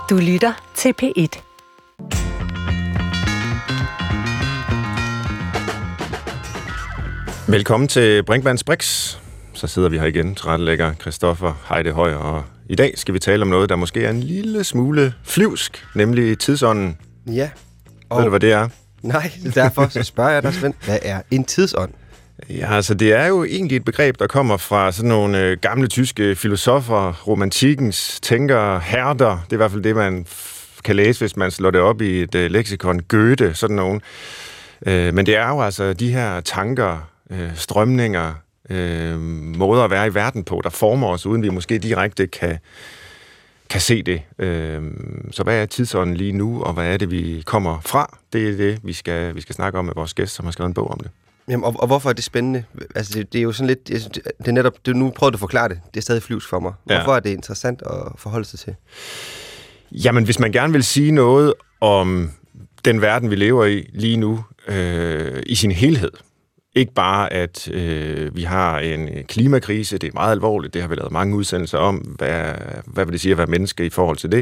Du lytter til P1. Velkommen til Brinkmanns Brix. Så sidder vi her igen, tilrettelægger Christoffer Heide Højer, og i dag skal vi tale om noget, der måske er en lille smule flyvsk, nemlig tidsånden. Ja. Ved du, hvad det er? Nej, derfor så spørger jeg dig, Svend, hvad er en tidsånd? Ja, altså det er jo egentlig et begreb, der kommer fra sådan nogle gamle tyske filosofer, romantikkens tænkere, herder. Det er i hvert fald det, man kan læse, hvis man slår det op i et leksikon. Goethe, sådan nogen. Men det er jo altså de her tanker, strømninger, måder at være i verden på, der former os, uden vi måske direkte kan se det. Så hvad er tidsånden lige nu, og hvad er det, vi kommer fra? Det er det, vi skal snakke om med vores gæst, som har skrevet en bog om det. Jamen, og hvorfor er det spændende? Altså, det er jo sådan lidt... Det er netop... Nu prøvede du at forklare det. Det er stadig flyvsk for mig. Hvorfor er det interessant at forholde sig til? Jamen, hvis man gerne vil sige noget om den verden, vi lever i lige nu, i sin helhed. Ikke bare, at vi har en klimakrise, det er meget alvorligt, det har vi lavet mange udsendelser om, hvad vil det sige at være menneske i forhold til det,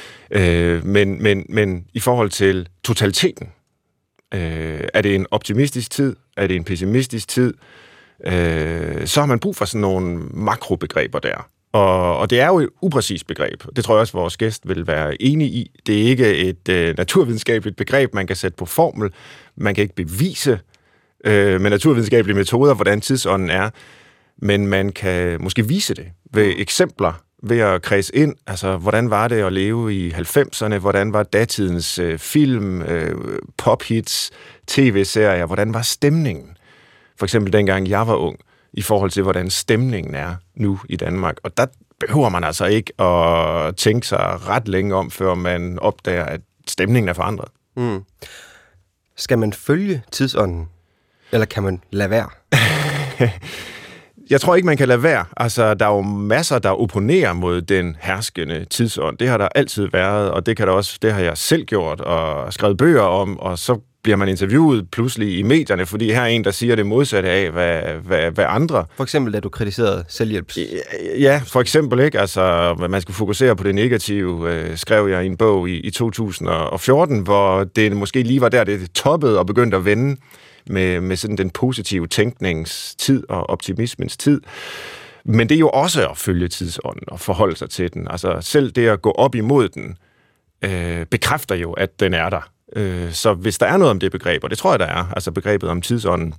men i forhold til totaliteten. Er det en optimistisk tid? Er det en pessimistisk tid? Så har man brug for sådan nogle makrobegreber der. Og det er jo et upræcist begreb. Det tror jeg også, vores gæst vil være enig i. Det er ikke et naturvidenskabeligt begreb, man kan sætte på formel. Man kan ikke bevise med naturvidenskabelige metoder, hvordan tidsånden er. Men man kan måske vise det ved eksempler, ved at kredse ind. Altså, hvordan var det at leve i 90'erne? Hvordan var datidens film, pophits, tv-serier? Hvordan var stemningen? For eksempel dengang jeg var ung, i forhold til, hvordan stemningen er nu i Danmark. Og der behøver man altså ikke at tænke sig ret længe om, før man opdager, at stemningen er forandret. Mm. Skal man følge tidsånden, eller kan man lade være? Jeg tror ikke, man kan lade være. Altså, der er jo masser, der opponerer mod den herskende tidsånd. Det har der altid været, og det har jeg selv gjort og skrevet bøger om, og så bliver man interviewet pludselig i medierne, fordi her er en, der siger det modsatte af, hvad andre... For eksempel, da du kritiserede selvhjælps... Ja, for eksempel, ikke? Altså, man skal fokusere på det negative, skrev jeg i en bog i 2014, hvor det måske lige var der, det toppede og begyndte at vende med sådan den positive tænkningstid og optimismens tid. Men det er jo også at følge tidsånden og forholde sig til den. Altså, selv det at gå op imod den, bekræfter jo, at den er der. Så hvis der er noget om det begreb, og det tror jeg, der er, altså begrebet om tidsånden,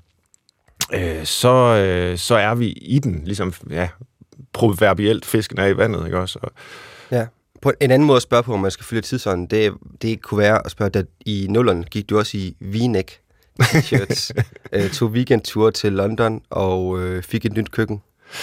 så er vi i den, ligesom, ja, proverbielt, fisken er i vandet, ikke også? Ja. På en anden måde at spørge på, om man skal følge tidsånden, det kunne være at spørge, at i 0'erne gik du også i V-neck t-shirts, tog weekendture til London og fik et nyt køkken.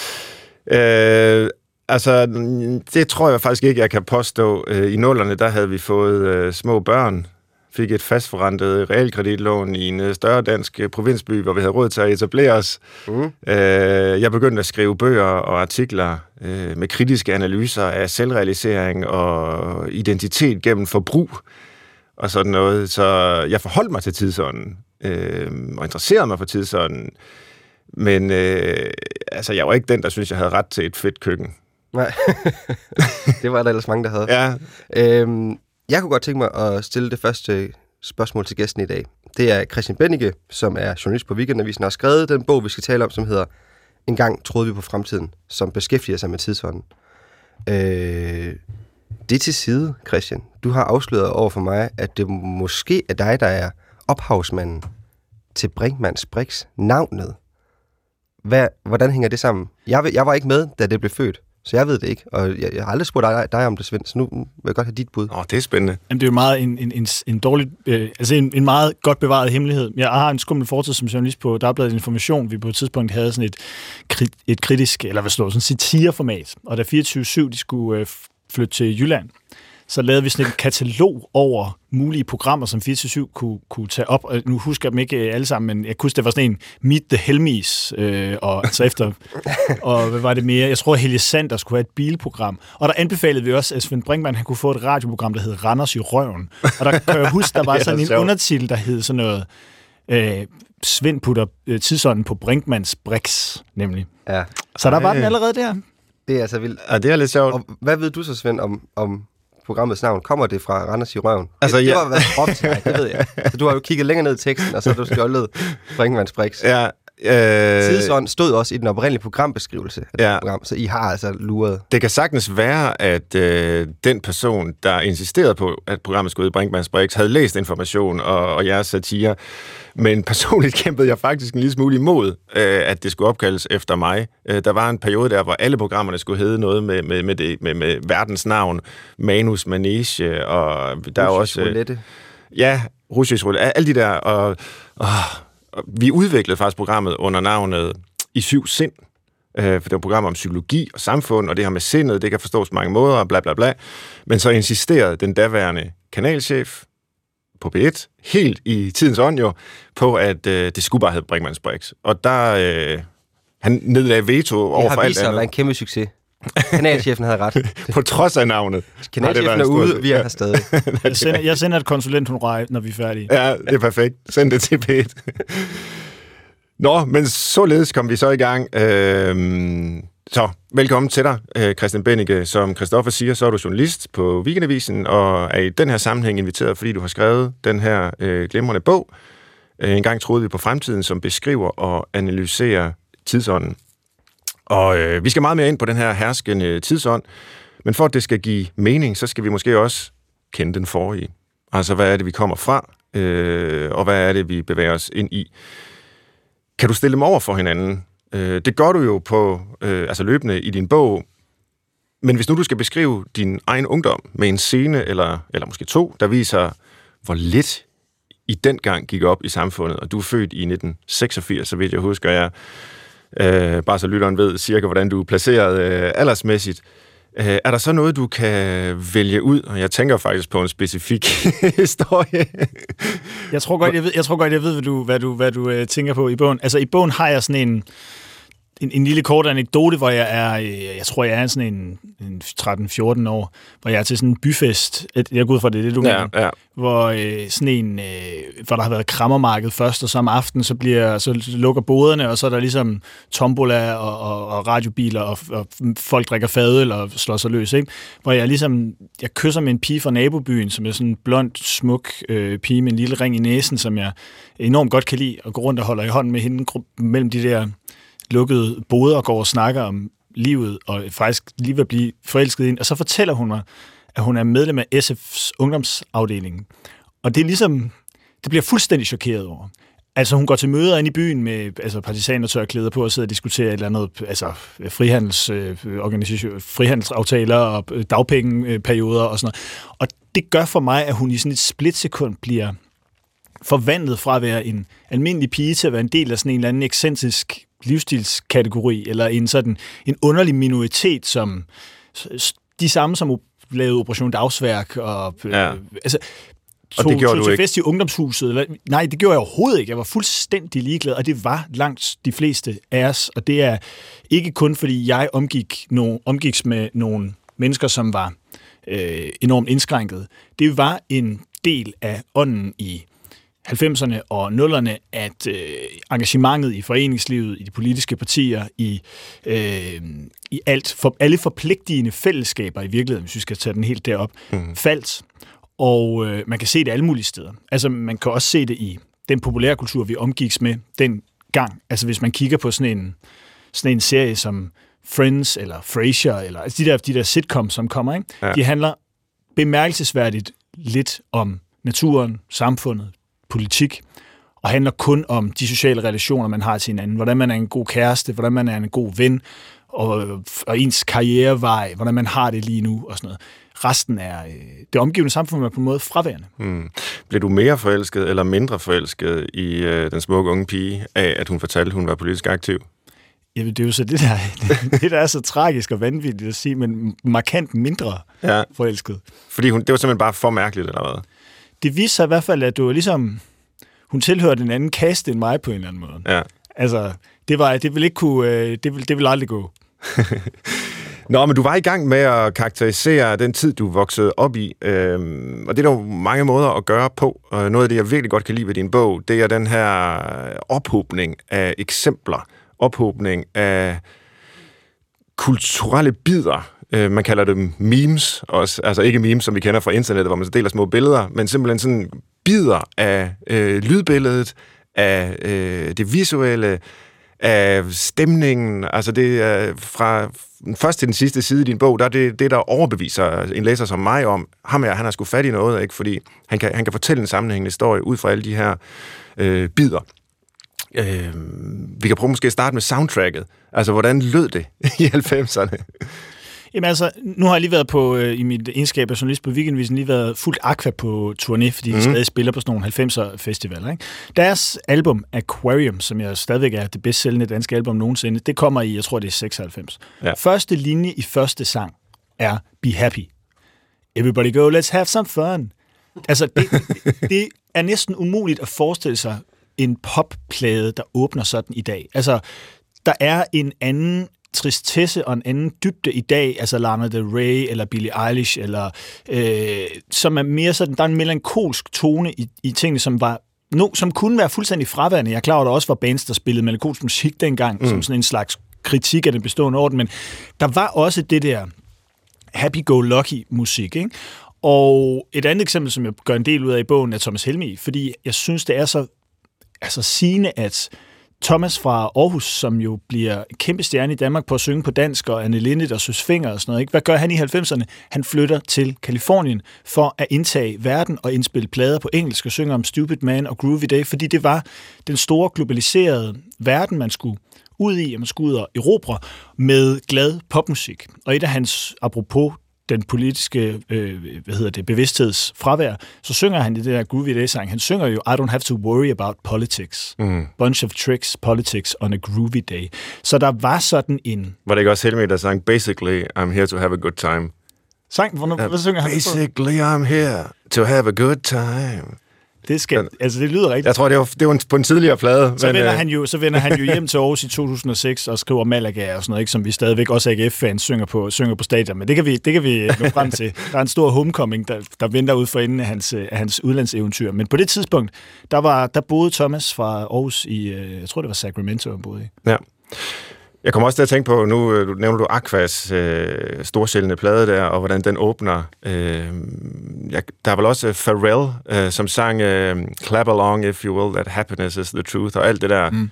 Altså, det tror jeg faktisk ikke, jeg kan påstå. I 0'erne, der havde vi fået små børn, fik et fastforrentet realkreditlån i en større dansk provinsby, hvor vi havde råd til at etablere os. Jeg begyndte at skrive bøger og artikler med kritiske analyser af selvrealisering og identitet gennem forbrug og sådan noget. Så jeg forholdt mig til tidsånden og interesserede mig for tidsånden. Men altså, jeg var ikke den, der synes jeg havde ret til et fedt køkken. Nej, det var der ellers mange, der havde. Ja. Jeg kunne godt tænke mig at stille det første spørgsmål til gæsten i dag. Det er Christian Bennike, som er journalist på Weekendavisen, og har skrevet den bog, vi skal tale om, som hedder Engang troede vi på fremtiden, som beskæftiger sig med tidsånden. Det til side, Christian. Du har afsløret over for mig, at det måske er dig, der er ophavsmanden til Brinkmanns Brix, navnet. Hvordan hænger det sammen? Jeg var ikke med, da det blev født, så jeg ved det ikke. Og jeg har aldrig spurgt dig om det, Svend, så nu vil jeg godt have dit bud. Det er spændende. Jamen, det er jo meget en dårlig, en meget godt bevaret hemmelighed. Jeg har en skummel fortid som journalist på Dagbladet Information. Vi på et tidspunkt havde sådan et kritisk, eller hvad slår sådan satireformat. Og da 24/7 de skulle flytte til Jylland, så lavede vi sådan et katalog over mulige programmer, som 24/7 kunne tage op. Og nu husker jeg dem ikke alle sammen, men jeg kunne huske, det var sådan en Meet the Helmies, og altså efter, og hvad var det mere? Jeg tror, Helge Sander skulle have et bilprogram. Og der anbefalede vi også, at Svend Brinkmann han kunne få et radioprogram, der hed Randers i røven. Og der kan jeg huske, der var sådan en undertitel, der hed sådan noget... Svend putter tidsånden på Brinkmanns Brix, nemlig. Ja. Så der var den allerede der. Det er altså vildt. Ja, det er lidt sjovt. Og hvad ved du så, Svend, om programmets navn? Kommer det fra Randers i røven? Altså, det var været op til dig, det ved jeg. Så du har jo kigget længere ned i teksten, og så har du stjålet Brinkmanns Brix. Ja. Tidsånd stod også i den oprindelige programbeskrivelse af det program, så I har altså luret. Det kan sagtens være, at den person, der insisterede på, at programmet skulle ud i Brinkmanns Brix, havde læst information og jeres satire. Men personligt kæmpede jeg faktisk en lille smule imod, at det skulle opkaldes efter mig. Der var en periode der, hvor alle programmerne skulle hedde noget med verdens navn, Manus Manege, og der er også... Roulette. Ja, russisk roulette. Alle de der... Og vi udviklede faktisk programmet under navnet I 7 sind, for det var et program om psykologi og samfund, og det her med sindet, det kan forstås på mange måder, og bla bla bla. Men så insisterede den daværende kanalchef på P1, helt i tidens ånd jo, på at det skulle bare hedde Brinkmanns Brix. Og der, han nedlagde veto over for alt andet. Det har vist sig at være en kæmpe succes. Kanalchefen havde ret. På trods af navnet. Kanalchefen er ude, vi er her stadig. Jeg sender et konsulenthonorar, når vi er færdige. Ja, det er perfekt. Send det til P1. Nå, men således kom vi så i gang. Så, velkommen til dig, Christian Bennike. Som Christoffer siger, så er du journalist på Weekendavisen, og er i den her sammenhæng inviteret, fordi du har skrevet den her glimrende bog. En gang troede vi på fremtiden, som beskriver og analyserer tidsånden. Og vi skal meget mere ind på den her herskende tidsånd, men for at det skal give mening, så skal vi måske også kende den forrige. Altså, hvad er det, vi kommer fra, og hvad er det, vi bevæger os ind i? Kan du stille dem over for hinanden? Det gør du jo på løbende i din bog, men hvis nu du skal beskrive din egen ungdom med en scene, eller måske 2, der viser, hvor lidt i den gang gik op i samfundet, og du er født i 1986, så vidt jeg husker, jeg bare så lytteren ved cirka, hvordan du er placeret aldersmæssigt. Er der så noget, du kan vælge ud? Og jeg tænker faktisk på en specifik historie. Jeg tror godt, jeg ved, hvad du tænker på i bogen. Altså, i bogen har jeg sådan en lille kort anekdote, hvor jeg tror, jeg er sådan en 13-14 år, hvor jeg er til sådan en byfest. Jeg går ud fra det du mener. Ja. Hvor hvor der har været krammermarked først, og så om aftenen, så lukker boderne, og så er der ligesom tombola og radiobiler, og folk drikker fadøl og slår sig løs, ikke? Hvor jeg kysser med en pige fra nabobyen, som er sådan en blond, smuk pige med en lille ring i næsen, som jeg enormt godt kan lide, og går rundt og holder i hånden med hende mellem de der lukkede boder og går og snakker om livet, og faktisk lige vil blive forelsket ind. Og så fortæller hun mig, at hun er medlem af SF's ungdomsafdeling. Og det er ligesom, det bliver fuldstændig chokeret over. Altså, hun går til møder inde i byen med partisanertørklæder på og sidder og diskuterer et eller andet, frihandelsaftaler og dagpengeperioder og sådan noget. Og det gør for mig, at hun i sådan et splitsekund bliver forvandlet fra at være en almindelig pige til at være en del af sådan en eller anden excentrisk livsstilskategori, eller en underlig minoritet, som de samme, som lavede Operation Dagsværk, og tog til fest i ungdomshuset. Eller, nej, det gjorde jeg overhovedet ikke. Jeg var fuldstændig ligeglad, og det var langt de fleste af os, og det er ikke kun, fordi jeg omgiks med nogle mennesker, som var enormt indskrænket. Det var en del af ånden i 90'erne og 0'erne, at engagementet i foreningslivet, i de politiske partier, i alle forpligtigende fællesskaber i virkeligheden, hvis vi skal tage den helt derop, faldt. Og man kan se det alle mulige steder. Altså, man kan også se det i den populære kultur, vi omgiks med den gang. Altså, hvis man kigger på sådan en serie som Friends eller Frasier, eller altså de der sitcoms, som kommer, ikke? Ja. De handler bemærkelsesværdigt lidt om naturen, samfundet, politik, og handler kun om de sociale relationer, man har til hinanden. Hvordan man er en god kæreste, hvordan man er en god ven, og ens karrierevej, hvordan man har det lige nu, og sådan noget. Resten er det omgivende samfund er på en måde fraværende. Blev du mere forelsket eller mindre forelsket i den smukke unge pige af, at hun fortalte, at hun var politisk aktiv? Jamen, det er jo så det der er så tragisk og vanvittigt at sige, men markant mindre forelsket. Fordi det var simpelthen bare for mærkeligt, eller hvad? Det viste sig i hvert fald, at du ligesom, hun tilhørte en anden kaste end mig på en eller anden måde. Ja. Altså, det ville aldrig gå. Nå, men du var i gang med at karakterisere den tid, du voksede op i, og det er der jo mange måder at gøre på. Og noget af det, jeg virkelig godt kan lide ved din bog, det er den her ophobning af eksempler, ophobning af kulturelle bidder, Man kalder dem memes også. Altså ikke memes, som vi kender fra internettet, hvor man så deler små billeder, men simpelthen sådan bidder af lydbilledet, af det visuelle, af stemningen. Altså det er fra først til den sidste side i din bog, der er det, der overbeviser en læser som mig om, ham her, han har sgu fat i noget, ikke? Fordi han kan fortælle en sammenhængende historie ud fra alle de her bidder. Vi kan prøve måske at starte med soundtracket. Altså, hvordan lød det i 90'erne? Jamen altså, nu har jeg lige været på, i mit egenskab af journalist på Weekendavisen, lige været fuldt Aqua på turné, fordi de stadig spiller på sådan nogle 90'er festivaler. Ikke? Deres album Aquarium, som jeg stadigvæk er det bedst sælgende danske album nogensinde, det kommer i, jeg tror det er 96. Ja. Første linje i første sang er Be Happy. Everybody go, let's have some fun. Altså, det er næsten umuligt at forestille sig en popplade, der åbner sådan i dag. Altså, der er en anden tristesse og en anden dybde i dag, altså Lana Del Rey eller Billie Eilish, eller, som er mere sådan, der er en melankolsk tone i tingene, som kunne være fuldstændig fraværende. Jeg er klar over, at der også var bands, der spillede melankolsk musik dengang, som sådan en slags kritik af den bestående orden, men der var også det der happy-go-lucky musik, ikke? Og et andet eksempel, som jeg gør en del ud af i bogen, er Thomas Helmig, fordi jeg synes, det er så sigende, at Thomas fra Aarhus, som jo bliver kæmpe stjerne i Danmark på at synge på dansk, og Anne Linnet og Søs Fenger og sådan noget, ikke? Hvad gør han i 90'erne? Han flytter til Californien for at indtage verden og indspille plader på engelsk og synge om Stupid Man og Groovy Day, fordi det var den store globaliserede verden, man skulle ud i, og man skulle ud og erobre med glad popmusik. Og et af hans, apropos den politiske bevidsthedsfravær, så synger han i det der Groovy Day-sang. Han synger jo, I don't have to worry about politics. Bunch of tricks, politics on a groovy day. Så der var sådan en... Var det ikke også Helmig, der sang, Basically, I'm here to have a good time? Hvad synger han? Basically, I'm here to have a good time. Det lyder rigtigt. Jeg tror, det var på en tidligere plade. Så vender han jo hjem til Aarhus i 2006 og skriver Malaga og sådan noget, ikke, som vi stadigvæk også AGF-fans synger på stadion. Men det kan vi nå frem til. Der er en stor homecoming, der venter ud for enden af hans udlandseventyr. Men på det tidspunkt, der boede Thomas fra Aarhus i, jeg tror det var Sacramento, han boede i. Ja. Jeg kommer også til at tænke på, nu nævner du Aquas storsjældne plade der, og hvordan den åbner. Der er vel også Pharrell, som sang Clap Along If You Will, That Happiness Is The Truth, og alt det der.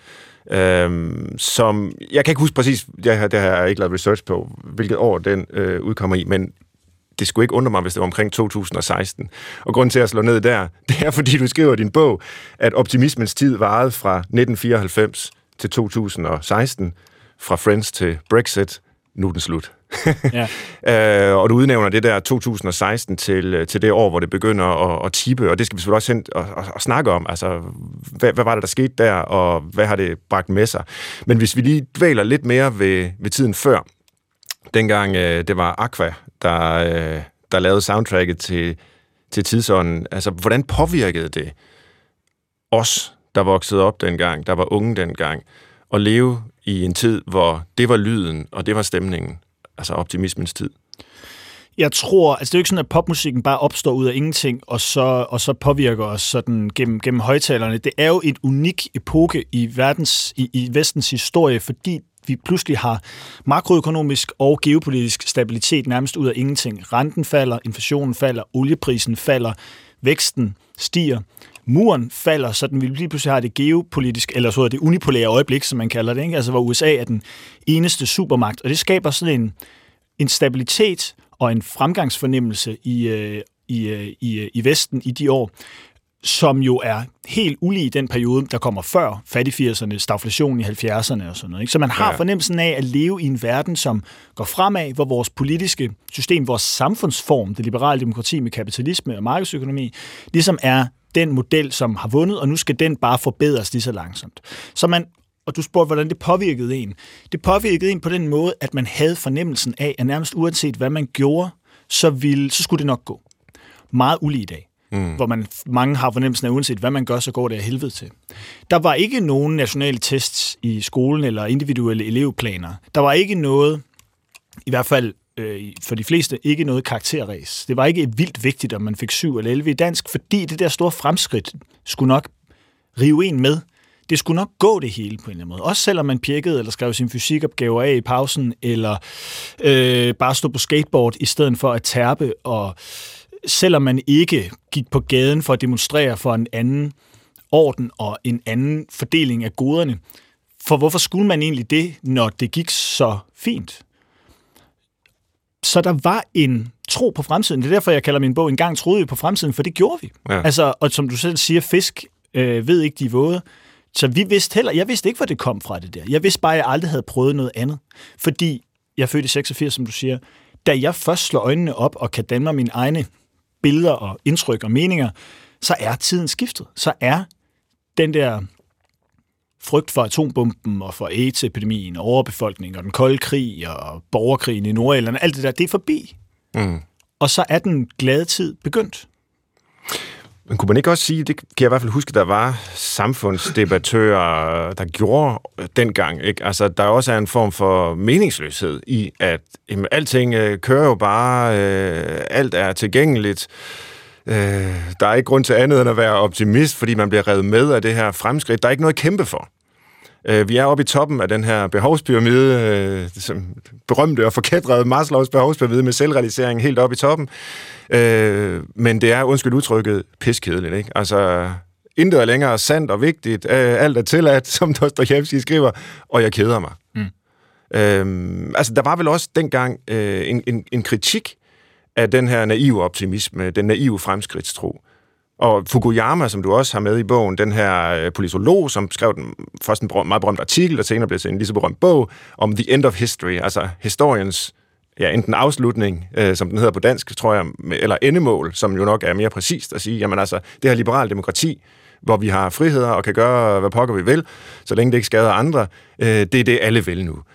Som, jeg kan ikke huske præcis, det har jeg ikke lavet research på, hvilket år den udkommer i, men det skulle ikke undre mig, hvis det var omkring 2016. Og grunden til at slå ned der, det er, fordi du skriver i din bog, at optimismens tid varede fra 1994 til 2016, fra Friends til Brexit, nu er den slut. Ja. Og du udnævner det der 2016 til det år, hvor det begynder at tippe, og det skal vi selvfølgelig også at snakke om. Altså, hvad var det, der skete der, og hvad har det bragt med sig? Men hvis vi lige dvæler lidt mere ved tiden før, dengang det var Aqua, der lavede soundtracket til tidsånden, altså, hvordan påvirkede det os, der voksede op dengang, der var unge dengang, at leve i en tid, hvor det var lyden, og det var stemningen, altså optimismens tid? Jeg tror, altså det er jo ikke sådan, at popmusikken bare opstår ud af ingenting, og så påvirker os sådan gennem højtalerne. Det er jo et unik epoke i vestens historie, fordi vi pludselig har makroøkonomisk og geopolitisk stabilitet nærmest ud af ingenting. Renten falder, inflationen falder, olieprisen falder, væksten stiger. Muren falder, så den vil lige pludselig have det geopolitisk, eller så er det unipolære øjeblik, som man kalder det, ikke? Altså hvor USA er den eneste supermagt, og det skaber sådan en stabilitet og en fremgangsfornemmelse i Vesten i de år, som jo er helt ulig den periode, der kommer før fattig-80'erne, stagflation i 70'erne og sådan noget. Ikke? Så man har fornemmelsen af at leve i en verden, som går fremad, hvor vores politiske system, vores samfundsform, det liberale demokrati med kapitalisme og markedsøkonomi, ligesom er den model, som har vundet, og nu skal den bare forbedres lige så langsomt. Og du spurgte, hvordan det påvirkede en. Det påvirkede en på den måde, at man havde fornemmelsen af, at nærmest uanset hvad man gjorde, så skulle det nok gå. Meget ulig i dag. Hvor mange har fornemmelsen af, uanset hvad man gør, så går det af helvede til. Der var ikke nogen nationale tests i skolen eller individuelle elevplaner. Der var ikke noget, i hvert fald for de fleste, ikke noget karakterræs. Det var ikke vildt vigtigt, om man fik 7 eller 11 i dansk, fordi det der store fremskridt skulle nok rive en med det skulle nok gå det hele på en eller anden måde. Også selvom man pjekkede eller skrev sin fysikopgaver af i pausen, eller bare stod på skateboard i stedet for at terpe, og selvom man ikke gik på gaden for at demonstrere for en anden orden og en anden fordeling af goderne. For hvorfor skulle man egentlig det, når det gik så fint? Så der var en tro på fremtiden. Det er derfor, jeg kalder min bog "Engang troede vi på fremtiden", for det gjorde vi. Ja. Altså, og som du selv siger, fisk ved ikke, de er våde. Så jeg vidste ikke, hvor det kom fra det der. Jeg vidste bare, at jeg aldrig havde prøvet noget andet. Fordi jeg er født i 86, som du siger. Da jeg først slår øjnene op og kan danne mig mine egne billeder og indtryk og meninger, så er tiden skiftet. Så er den der frygt for atombomben og for AIDS-epidemien, overbefolkning og den kolde krig og borgerkrigen i Nordirland, alt det der, det er forbi. Mm. Og så er den glade tid begyndt. Men kunne man ikke også sige, det kan jeg i hvert fald huske, der var samfundsdebattører, der gjorde dengang, ikke? Altså, der også er en form for meningsløshed i, at alting kører jo bare, alt er tilgængeligt. Der er ikke grund til andet end at være optimist, fordi man bliver revet med af det her fremskridt. Der er ikke noget at kæmpe for. Vi er oppe i toppen af den her behovspyramide, som berømte og forkædrede Maslows behovspyramide med selvrealisering helt oppe i toppen. Men det er, undskyld udtrykket, piskedeligt, ikke? Altså, intet er længere sandt og vigtigt. Alt er tilladt, som Dostojevskij skriver, og jeg keder mig. Altså, der var vel også dengang en kritik af den her naive optimisme, den naive fremskridtstro. Og Fukuyama, som du også har med i bogen, den her politolog, som skrev først en meget berømt artikel, og senere blev til en lige så berømt bog, om The End of History, altså historiens, enten afslutning, som den hedder på dansk, tror jeg, eller endemål, som jo nok er mere præcist at sige, jamen altså, det her liberale demokrati, hvor vi har friheder og kan gøre, hvad pokker vi vil, så længe det ikke skader andre, det er det, alle vil nu.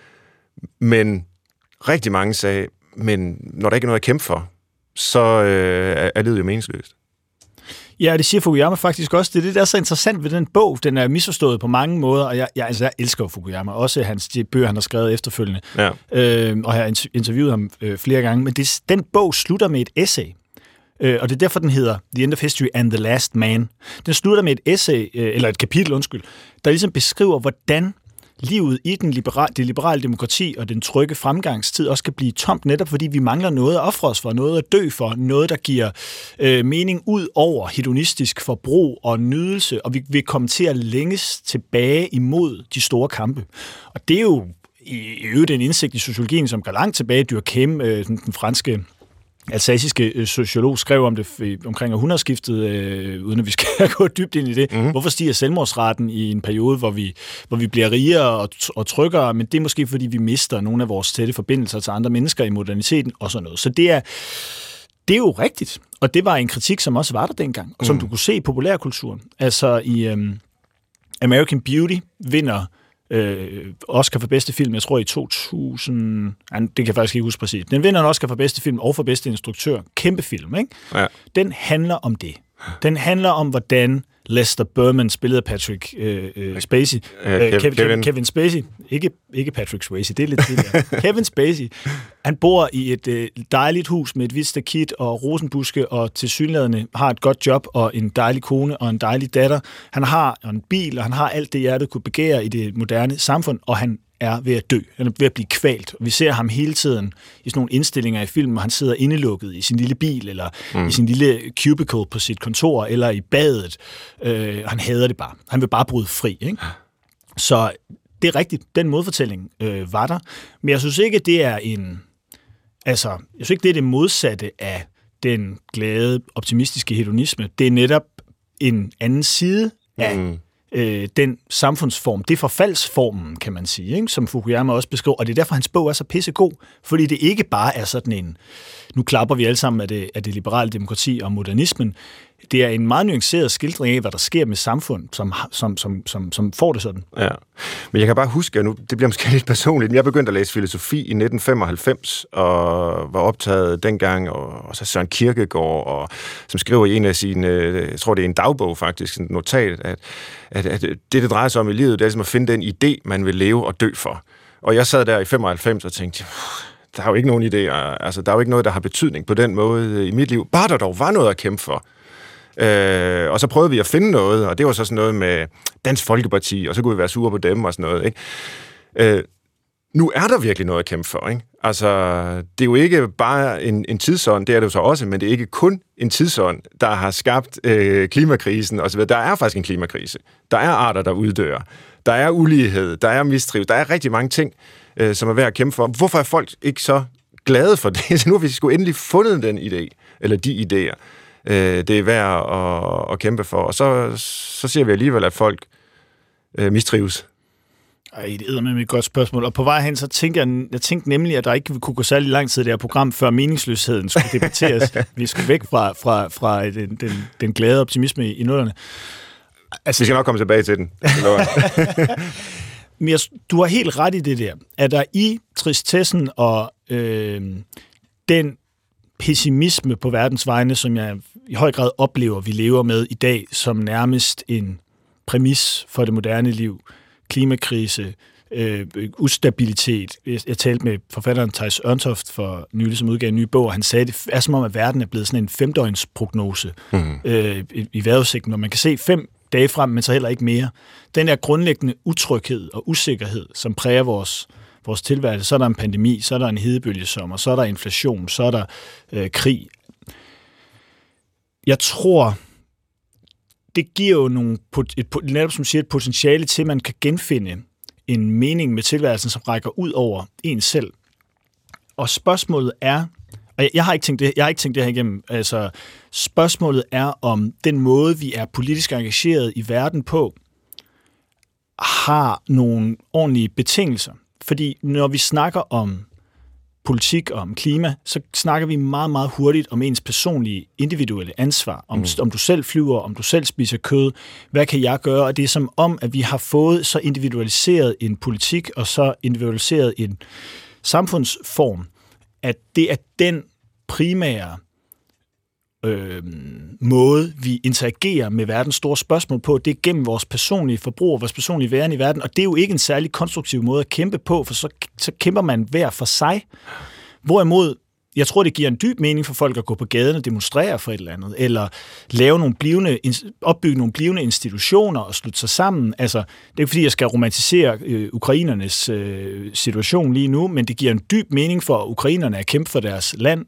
Men rigtig mange sagde, men når der ikke er noget at kæmpe for, så er livet jo meningsløst. Ja, det siger Fukuyama faktisk også. Det er det, der er så interessant ved den bog. Den er misforstået på mange måder, og jeg elsker Fukuyama. Også de bøger, han har skrevet efterfølgende. Ja. Og jeg har interviewet ham flere gange. Men den bog slutter med et essay. Og det er derfor, den hedder The End of History and the Last Man. Den slutter med et essay, eller et kapitel, der ligesom beskriver, hvordan livet i det liberale demokrati og den trygge fremgangstid også kan blive tomt, netop fordi vi mangler noget at ofre os for, noget at dø for, noget, der giver mening ud over hedonistisk forbrug og nydelse, og vi vil komme til at længes tilbage imod de store kampe. Og det er jo i øvrigt en indsigt i sociologien, som går langt tilbage. Durkheim, den franske alsaciske sociolog, skrev om det omkring århundredeskiftet, uden at vi skal gå dybt ind i det. Hvorfor stiger selvmordsraten i en periode, hvor vi bliver rigere og tryggere, men det er måske, fordi vi mister nogle af vores tætte forbindelser til andre mennesker i moderniteten og sådan noget. Så det er jo rigtigt, og det var en kritik, som også var der dengang, og som du kunne se i populærkulturen. Altså i American Beauty vinder Oscar for bedste film, jeg tror i 2000, det kan jeg faktisk ikke huske præcis. Den vinder en Oscar for bedste film og for bedste instruktør. Kæmpe film, ikke? Ja. Den handler om det. Den handler om, hvordan Lester Berman spillede Patrick Spacey. Kevin Spacey. Ikke Patrick Swayze, det er lidt tidligere. Kevin Spacey. Han bor i et dejligt hus med et hvidt stakit og rosenbuske, og tilsyneladende har et godt job og en dejlig kone og en dejlig datter. Han har en bil, og han har alt det, hjertet kunne begære i det moderne samfund, og han er ved at dø. Han er ved at blive kvalt. Vi ser ham hele tiden i sådan nogle indstillinger i filmen, hvor han sidder indelukket i sin lille bil, eller i sin lille cubicle på sit kontor, eller i badet. Han hader det bare. Han vil bare bryde fri, ikke? Så det er rigtigt. Den modfortælling var der. Men jeg synes ikke, det er jeg synes ikke, det er det modsatte af den glade, optimistiske hedonisme. Det er netop en anden side af den samfundsform, det er forfaldsformen, kan man sige, ikke? Som Fukuyama også beskriver, og det er derfor, hans bog er så pissegod, fordi det ikke bare er sådan en, nu klapper vi alle sammen af det liberale demokrati og modernismen. Det er en meget nuanceret skildring af, hvad der sker med samfund, som får det sådan. Ja, men jeg kan bare huske, nu det bliver måske lidt personligt, men jeg begyndte at læse filosofi i 1995, og var optaget dengang, og så Søren Kierkegaard, og som skriver i en af sine, jeg tror det er en dagbog faktisk, en notat, at det drejer sig om i livet, det er ligesom at finde den idé, man vil leve og dø for. Og jeg sad der i 95 og tænkte, der er jo ikke nogen idéer, altså der er jo ikke noget, der har betydning på den måde i mit liv. Bare der dog var noget at kæmpe for. Og så prøvede vi at finde noget, og det var så sådan noget med Dansk Folkeparti, og så kunne vi være sure på dem og sådan noget, ikke? Nu er der virkelig noget at kæmpe for, ikke? Altså, det er jo ikke bare en tidsånd, det er det jo så også, men det er ikke kun en tidsånd, der har skabt klimakrisen osv. Der er faktisk en klimakrise. Der er arter, der uddør. Der er ulighed, der er mistrivsel, der er rigtig mange ting, som er værd at kæmpe for. Hvorfor er folk ikke så glade for det? Så nu har vi sgu endelig fundet den idé, eller de idéer, det er værd at kæmpe for. Og så ser vi alligevel, at folk mistrives. Det er med et godt spørgsmål. Og på vej hen, så tænkte nemlig, at der ikke kunne gå særlig lang tid i det her program, før meningsløsheden skulle debatteres. Vi skulle væk fra den glade optimisme i nullerne. Altså, vi skal nok komme tilbage til den. Men du har helt ret i det der, at der i tristessen og den pessimisme på verdens vegne, som jeg i høj grad oplever, vi lever med i dag, som nærmest en præmis for det moderne liv, klimakrise, ustabilitet. Jeg talte med forfatteren Theis Ørntoft for nylig, som udgav en ny bog, og han sagde, at det er som om, at verden er blevet sådan en 5-døgnsprognose i vejrudsigten, hvor man kan se 5 dage frem, men så heller ikke mere. Den der grundlæggende utryghed og usikkerhed, som præger vores tilværelse, så er der en pandemi, så er der en hedebølgesommer, så er der inflation, så er der krig. Jeg tror, det giver jo netop som siger, et potentiale til, at man kan genfinde en mening med tilværelsen, som rækker ud over en selv. Og spørgsmålet er, og jeg har ikke tænkt det her igennem, altså spørgsmålet er, om den måde, vi er politisk engageret i verden på, har nogle ordentlige betingelser. Fordi når vi snakker om politik og om klima, så snakker vi meget, meget hurtigt om ens personlige, individuelle ansvar. Om du selv flyver, om du selv spiser kød, hvad kan jeg gøre? Og det er som om, at vi har fået så individualiseret en politik, og så individualiseret en samfundsform, at det er den primære måde, vi interagerer med verdens store spørgsmål på, det er gennem vores personlige forbrug og vores personlige væren i verden, og det er jo ikke en særlig konstruktiv måde at kæmpe på, for så kæmper man hver for sig. Hvorimod, jeg tror, det giver en dyb mening for folk at gå på gaden og demonstrere for et eller andet, eller opbygge nogle blivende institutioner og slutte sig sammen. Altså, det er ikke fordi, jeg skal romantisere ukrainernes situation lige nu, men det giver en dyb mening for ukrainerne at kæmpe for deres land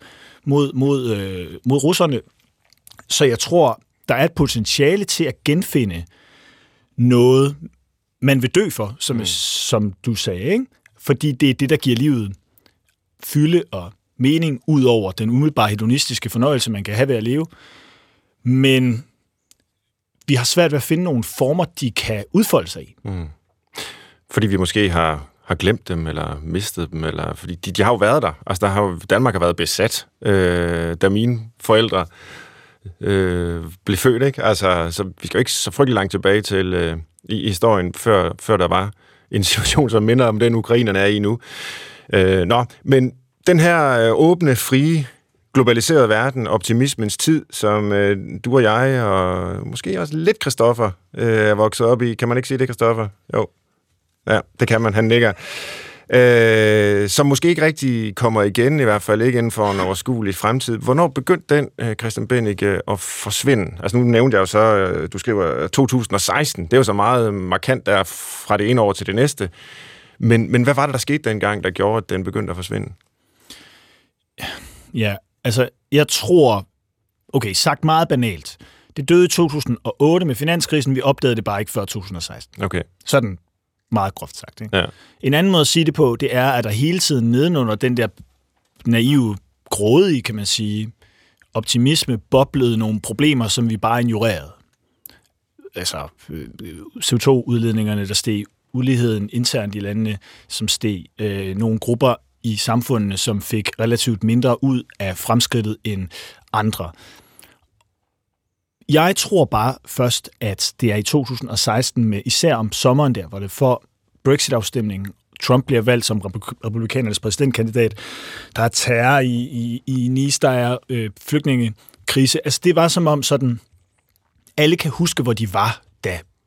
mod russerne. Så jeg tror, der er et potentiale til at genfinde noget, man vil dø for, som du sagde, ikke? Fordi det er det, der giver livet fylde og mening ud over den umiddelbare hedonistiske fornøjelse, man kan have ved at leve. Men vi har svært ved at finde nogle former, de kan udfolde sig i. Fordi vi måske har glemt dem, eller mistet dem, eller fordi de har jo været der. Altså, Danmark har været besat, da mine forældre blev født, ikke? Altså, så vi skal jo ikke så frygtelig langt tilbage til i historien, før der var en situation, som minder om den, ukrainerne er i nu. Men den her åbne, frie, globaliserede verden, optimismens tid, som du og jeg, og måske også lidt Christoffer, er vokset op i. Kan man ikke sige det, Christoffer? Jo. Ja, det kan man. Han nikker. Som måske ikke rigtig kommer igen, i hvert fald ikke inden for en overskuelig fremtid. Hvornår begyndte den, Christian Bennick, at forsvinde? Altså nu nævnte jeg jo så, du skriver 2016. Det er jo så meget markant der fra det ene år til det næste. Men hvad var det, der skete dengang, der gjorde, at den begyndte at forsvinde? Ja, altså jeg tror, okay, sagt meget banalt, det døde i 2008 med finanskrisen, vi opdagede det bare ikke før 2016. Okay. Sådan meget groft sagt. Ikke? Ja. En anden måde at sige det på, det er, at der hele tiden nedenunder den der naive, grådige, kan man sige, optimisme, boblede nogle problemer, som vi bare ignorerede. Altså CO2-udledningerne, der steg, uligheden internt i landene, som steg, nogle grupper i samfundene, som fik relativt mindre ud af fremskridtet end andre. Jeg tror bare først, at det er i 2016, med især om sommeren der, hvor det for Brexit-afstemningen, Trump bliver valgt som republikanernes præsidentkandidat, der er terror i Nice, der er flygtningekrise. Altså det var som om sådan, alle kan huske, hvor de var, da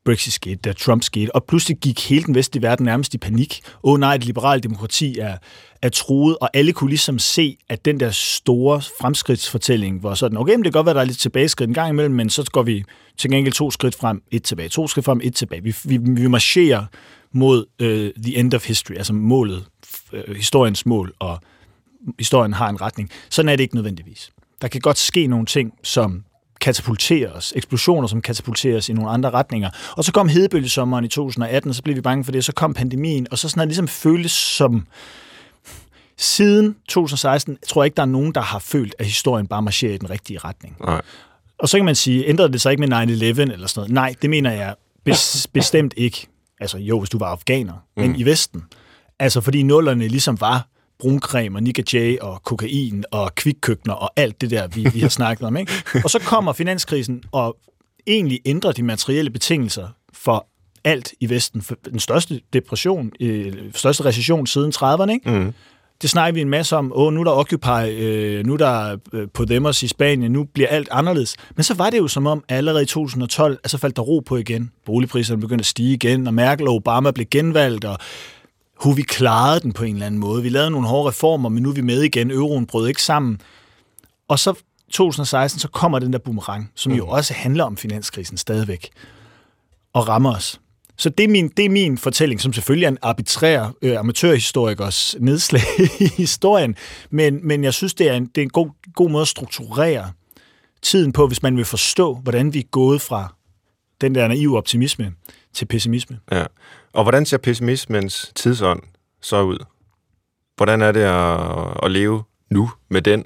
Brexit skete, da Trump skete, og pludselig gik hele den vestlige verden nærmest i panik. Nej, det liberale demokrati er truet, og alle kunne ligesom se, at den der store fremskridtsfortælling var sådan, okay, men det kan godt være, der er lidt tilbageskridt en gang imellem, men så går vi til gengæld 2 skridt frem, 1 tilbage, 2 skridt frem, 1 tilbage. Vi marcherer mod the end of history, altså målet, historiens mål, og historien har en retning. Sådan er det ikke nødvendigvis. Der kan godt ske nogle ting, som katapulterer os, eksplosioner, som katapulterer os i nogle andre retninger. Og så kom hedebølgesommeren i 2018, og så blev vi bange for det, og så kom pandemien, og så sådan har det ligesom føltes som... Siden 2016 tror jeg ikke, der er nogen, der har følt, at historien bare marcherer i den rigtige retning. Nej. Og så kan man sige, ændrede det sig ikke med 9/11 eller sådan noget? Nej, det mener jeg bestemt ikke. Altså jo, hvis du var afghaner, men i Vesten. Altså fordi nullerne ligesom var bruncreme og Nick Jay og kokain og kvikkøkkener og alt det der, vi har snakket om. Ikke? Og så kommer finanskrisen og egentlig ændrer de materielle betingelser for alt i Vesten. For den største depression, største recession siden 30'erne, ikke? Mm. Det snakker vi en masse om. Nu er der Occupy, nu er der Podemos i Spanien, nu bliver alt anderledes. Men så var det jo som om, allerede i 2012, så faldt der ro på igen. Boligpriserne begyndte at stige igen, og Merkel og Obama blev genvalgt, og vi klarede den på en eller anden måde. Vi lavede nogle hårde reformer, men nu er vi med igen. Euroen brød ikke sammen. Og så 2016, så kommer den der boomerang, som jo også handler om finanskrisen stadigvæk, og rammer os. Så det er min fortælling, som selvfølgelig er en arbitrær amatørhistorikers nedslag i historien, men jeg synes, det er en god måde at strukturere tiden på, hvis man vil forstå, hvordan vi er gået fra den der naive optimisme til pessimisme. Ja. Og hvordan ser pessimismens tidsånd så ud? Hvordan er det at leve nu med den?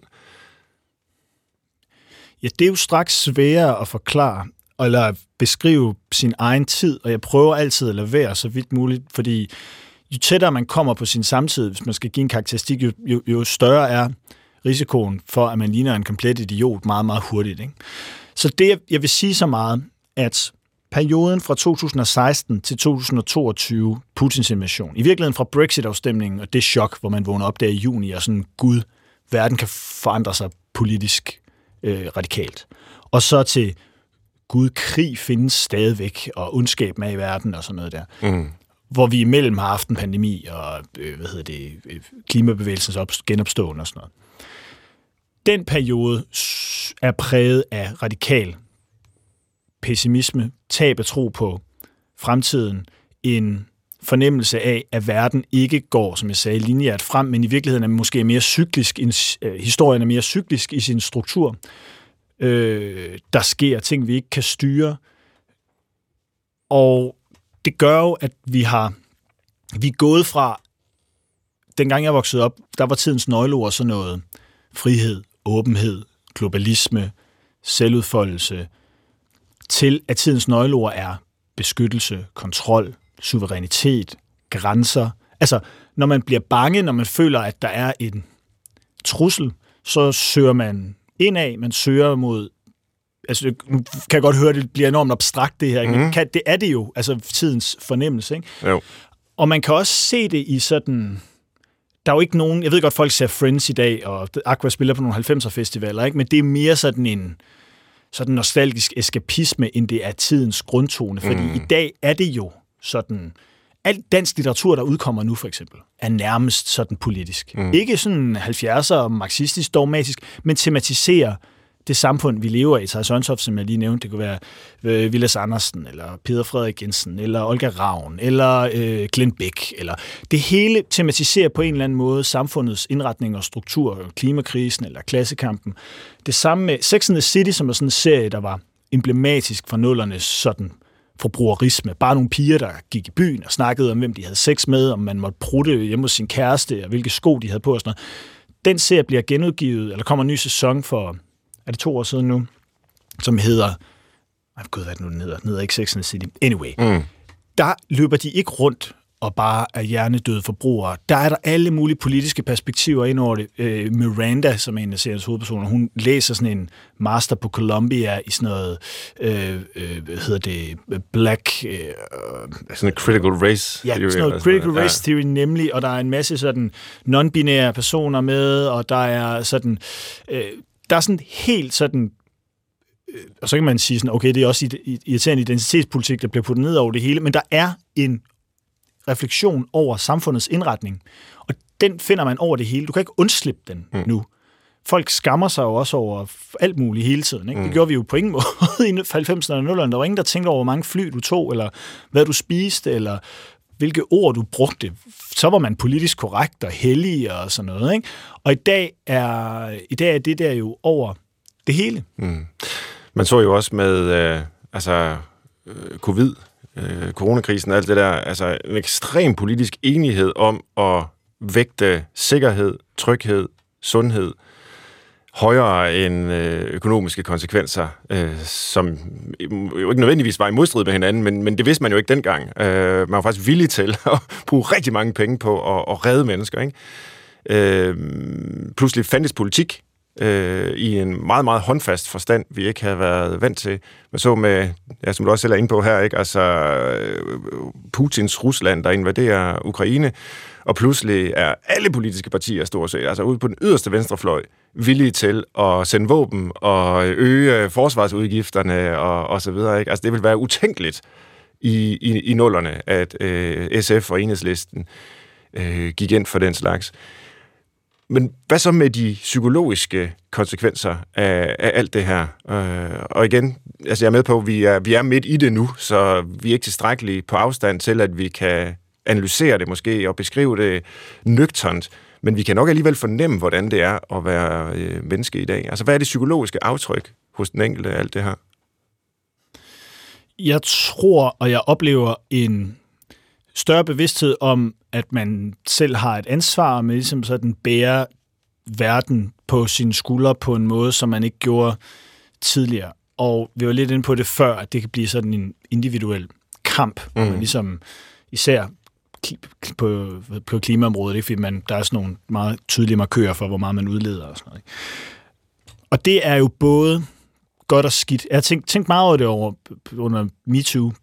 Ja, det er jo straks sværere at forklare, eller beskrive sin egen tid, og jeg prøver altid at lade være så vidt muligt, fordi jo tættere man kommer på sin samtid, hvis man skal give en karakteristik, jo større er risikoen for, at man ligner en komplet idiot meget, meget hurtigt. Ikke? Så det, jeg vil sige så meget, at perioden fra 2016 til 2022, Putins invasion, i virkeligheden fra Brexit-afstemningen og det chok, hvor man vågner op der i juni, og sådan, gud, verden kan forandre sig politisk radikalt. Og så til Gud, krig findes stadigvæk, og ondskab med i verden, og sådan noget der. Mm. Hvor vi imellem har haft en pandemi, og klimabevægelsens genopståen og sådan noget. Den periode er præget af radikal pessimisme, tab af tro på fremtiden, en fornemmelse af, at verden ikke går, som jeg sagde, lineært frem, men i virkeligheden er måske mere cyklisk, historien er mere cyklisk i sin struktur. Der sker ting, vi ikke kan styre. Og det gør jo, at vi er gået fra, dengang jeg voksede op, der var tidens nøgleord sådan noget frihed, åbenhed, globalisme, selvudfoldelse, til at tidens nøgleord er beskyttelse, kontrol, suverænitet, grænser. Altså, når man bliver bange, når man føler, at der er en trussel, så søger man indad, man søger mod, altså nu kan jeg godt høre, det bliver enormt abstrakt det her, ikke? Men det er det jo, altså tidens fornemmelse, ikke? Jo. Og man kan også se det i sådan, der er jo ikke nogen, jeg ved godt, folk ser Friends i dag, og Aqua spiller på nogle 90'er festivaler, ikke? Men det er mere sådan en sådan nostalgisk eskapisme, end det er tidens grundtone, fordi i dag er det jo sådan, alt dansk litteratur, der udkommer nu for eksempel, er nærmest sådan politisk. Ikke sådan 70'er marxistisk, dogmatisk, men tematiserer det samfund, vi lever i. Theis Sørentoft, som jeg lige nævnte, det kunne være Vilas Andersen, eller Peder Frederik Jensen, eller Olga Ravn, eller Glenn Beck. Eller det hele tematiserer på en eller anden måde samfundets indretning og struktur, klimakrisen eller klassekampen. Det samme med Sex and the City, som er sådan en serie, der var emblematisk for nullernes sådan forbrugerisme. Bare nogle piger, der gik i byen og snakkede om, hvem de havde sex med, om man måtte prutte hjemme hos sin kæreste, og hvilke sko de havde på og sådan noget. Den serie bliver genudgivet, eller kommer en ny sæson for, er det 2 år siden nu, som hedder, gud, hvad den hedder ikke Sex and the City. Anyway, der løber de ikke rundt og bare er hjernedøde forbrugere. Der er der alle mulige politiske perspektiver ind over det. Miranda, som er en af seriens hovedpersoner, hun læser sådan en master på Columbia i sådan noget, black... sådan en critical race theory. Ja, sådan noget critical race theory nemlig, og der er en masse sådan non-binære personer med, og der er sådan... der er sådan helt sådan og så kan man sige sådan, okay, det er også irriterende identitetspolitik, der bliver puttet ned over det hele, men der er en refleksion over samfundets indretning, og den finder man over det hele. Du kan ikke undslippe den nu. Folk skammer sig jo også over alt muligt hele tiden. Ikke? Det gjorde vi jo på ingen måde i 90'erne og 0'erne. Der var ingen, der tænkte over, hvor mange fly du tog, eller hvad du spiste, eller hvilke ord du brugte. Så var man politisk korrekt og hellig og sådan noget. Ikke? Og i dag er det der jo over det hele. Man så jo også med covid, coronakrisen og alt det der, altså en ekstrem politisk enighed om at vægte sikkerhed, tryghed, sundhed højere end økonomiske konsekvenser, som jo ikke nødvendigvis var i modstrid med hinanden, men det vidste man jo ikke dengang. Man var faktisk villig til at bruge rigtig mange penge på at redde mennesker. Ikke? Pludselig fandtes politik i en meget, meget håndfast forstand, vi ikke havde været vant til. Man så med, som du også selv er inde på her, ikke? Altså Putins Rusland, der invaderer Ukraine, og pludselig er alle politiske partier stort set, altså ude på den yderste venstrefløj, villige til at sende våben og øge forsvarsudgifterne og så videre. Ikke? Altså det vil være utænkeligt i nullerne, at SF og Enhedslisten gik ind for den slags. Men hvad så med de psykologiske konsekvenser af alt det her? Og igen, altså jeg er med på, at vi er midt i det nu, så vi er ikke tilstrækkelige på afstand til, at vi kan analysere det måske og beskrive det nøgternt, men vi kan nok alligevel fornemme, hvordan det er at være menneske i dag. Altså hvad er det psykologiske aftryk hos den enkelte af alt det her? Jeg tror, og jeg oplever en større bevidsthed om, at man selv har et ansvar med ligesom sådan bære verden på sine skuldre på en måde, som man ikke gjorde tidligere. Og vi var lidt inde på det før, at det kan blive sådan en individuel kamp, hvor man ligesom især på klimaområdet, ikke? Fordi der er sådan nogle meget tydelige markører for, hvor meget man udleder og sådan noget. Ikke? Og det er jo både godt og skidt. Jeg har tænkt meget over det under MeToo,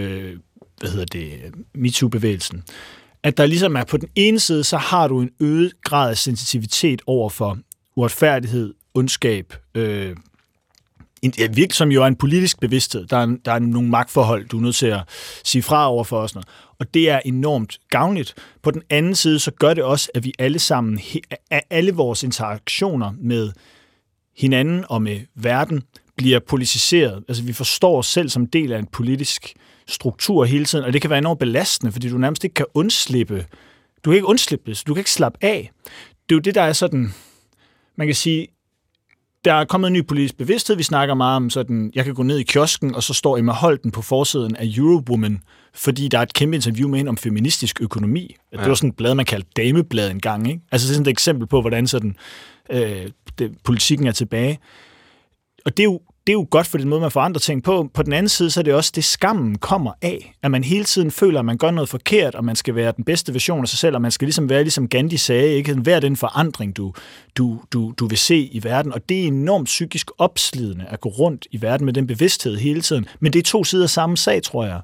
MeToo-bevægelsen. At der ligesom er på den ene side, så har du en øget grad af sensitivitet over for uretfærdighed, ondskab, virkelig som jo er en politisk bevidsthed. Der er nogle magtforhold, du er nødt til at sige fra over for os. Og det er enormt gavnligt. På den anden side, så gør det også, at vi alle sammen, alle vores interaktioner med hinanden og med verden, bliver politiseret. Altså vi forstår os selv som del af en politisk struktur hele tiden, og det kan være enormt belastende, fordi du nærmest ikke kan undslippe. Du kan ikke undslippe det, du kan ikke slappe af. Det er jo det, der er sådan, man kan sige, der er kommet en ny politisk bevidsthed. Vi snakker meget om sådan, jeg kan gå ned i kiosken, og så står Emma Holten på forsiden af Eurowoman, fordi der er et kæmpe interview med hende om feministisk økonomi. Ja. Det var sådan et blad, man kaldte dameblad engang, ikke? Altså det er sådan et eksempel på, hvordan sådan, politikken er tilbage. Og det er jo godt for den måde, man forandrer ting på. På den anden side, så er det også det, skammen kommer af. At man hele tiden føler, at man gør noget forkert, og man skal være den bedste version af sig selv, og man skal ligesom være, ligesom Gandhi sagde, ikke? Vær den forandring, du vil se i verden. Og det er enormt psykisk opslidende at gå rundt i verden med den bevidsthed hele tiden. Men det er to sider af samme sag, tror jeg.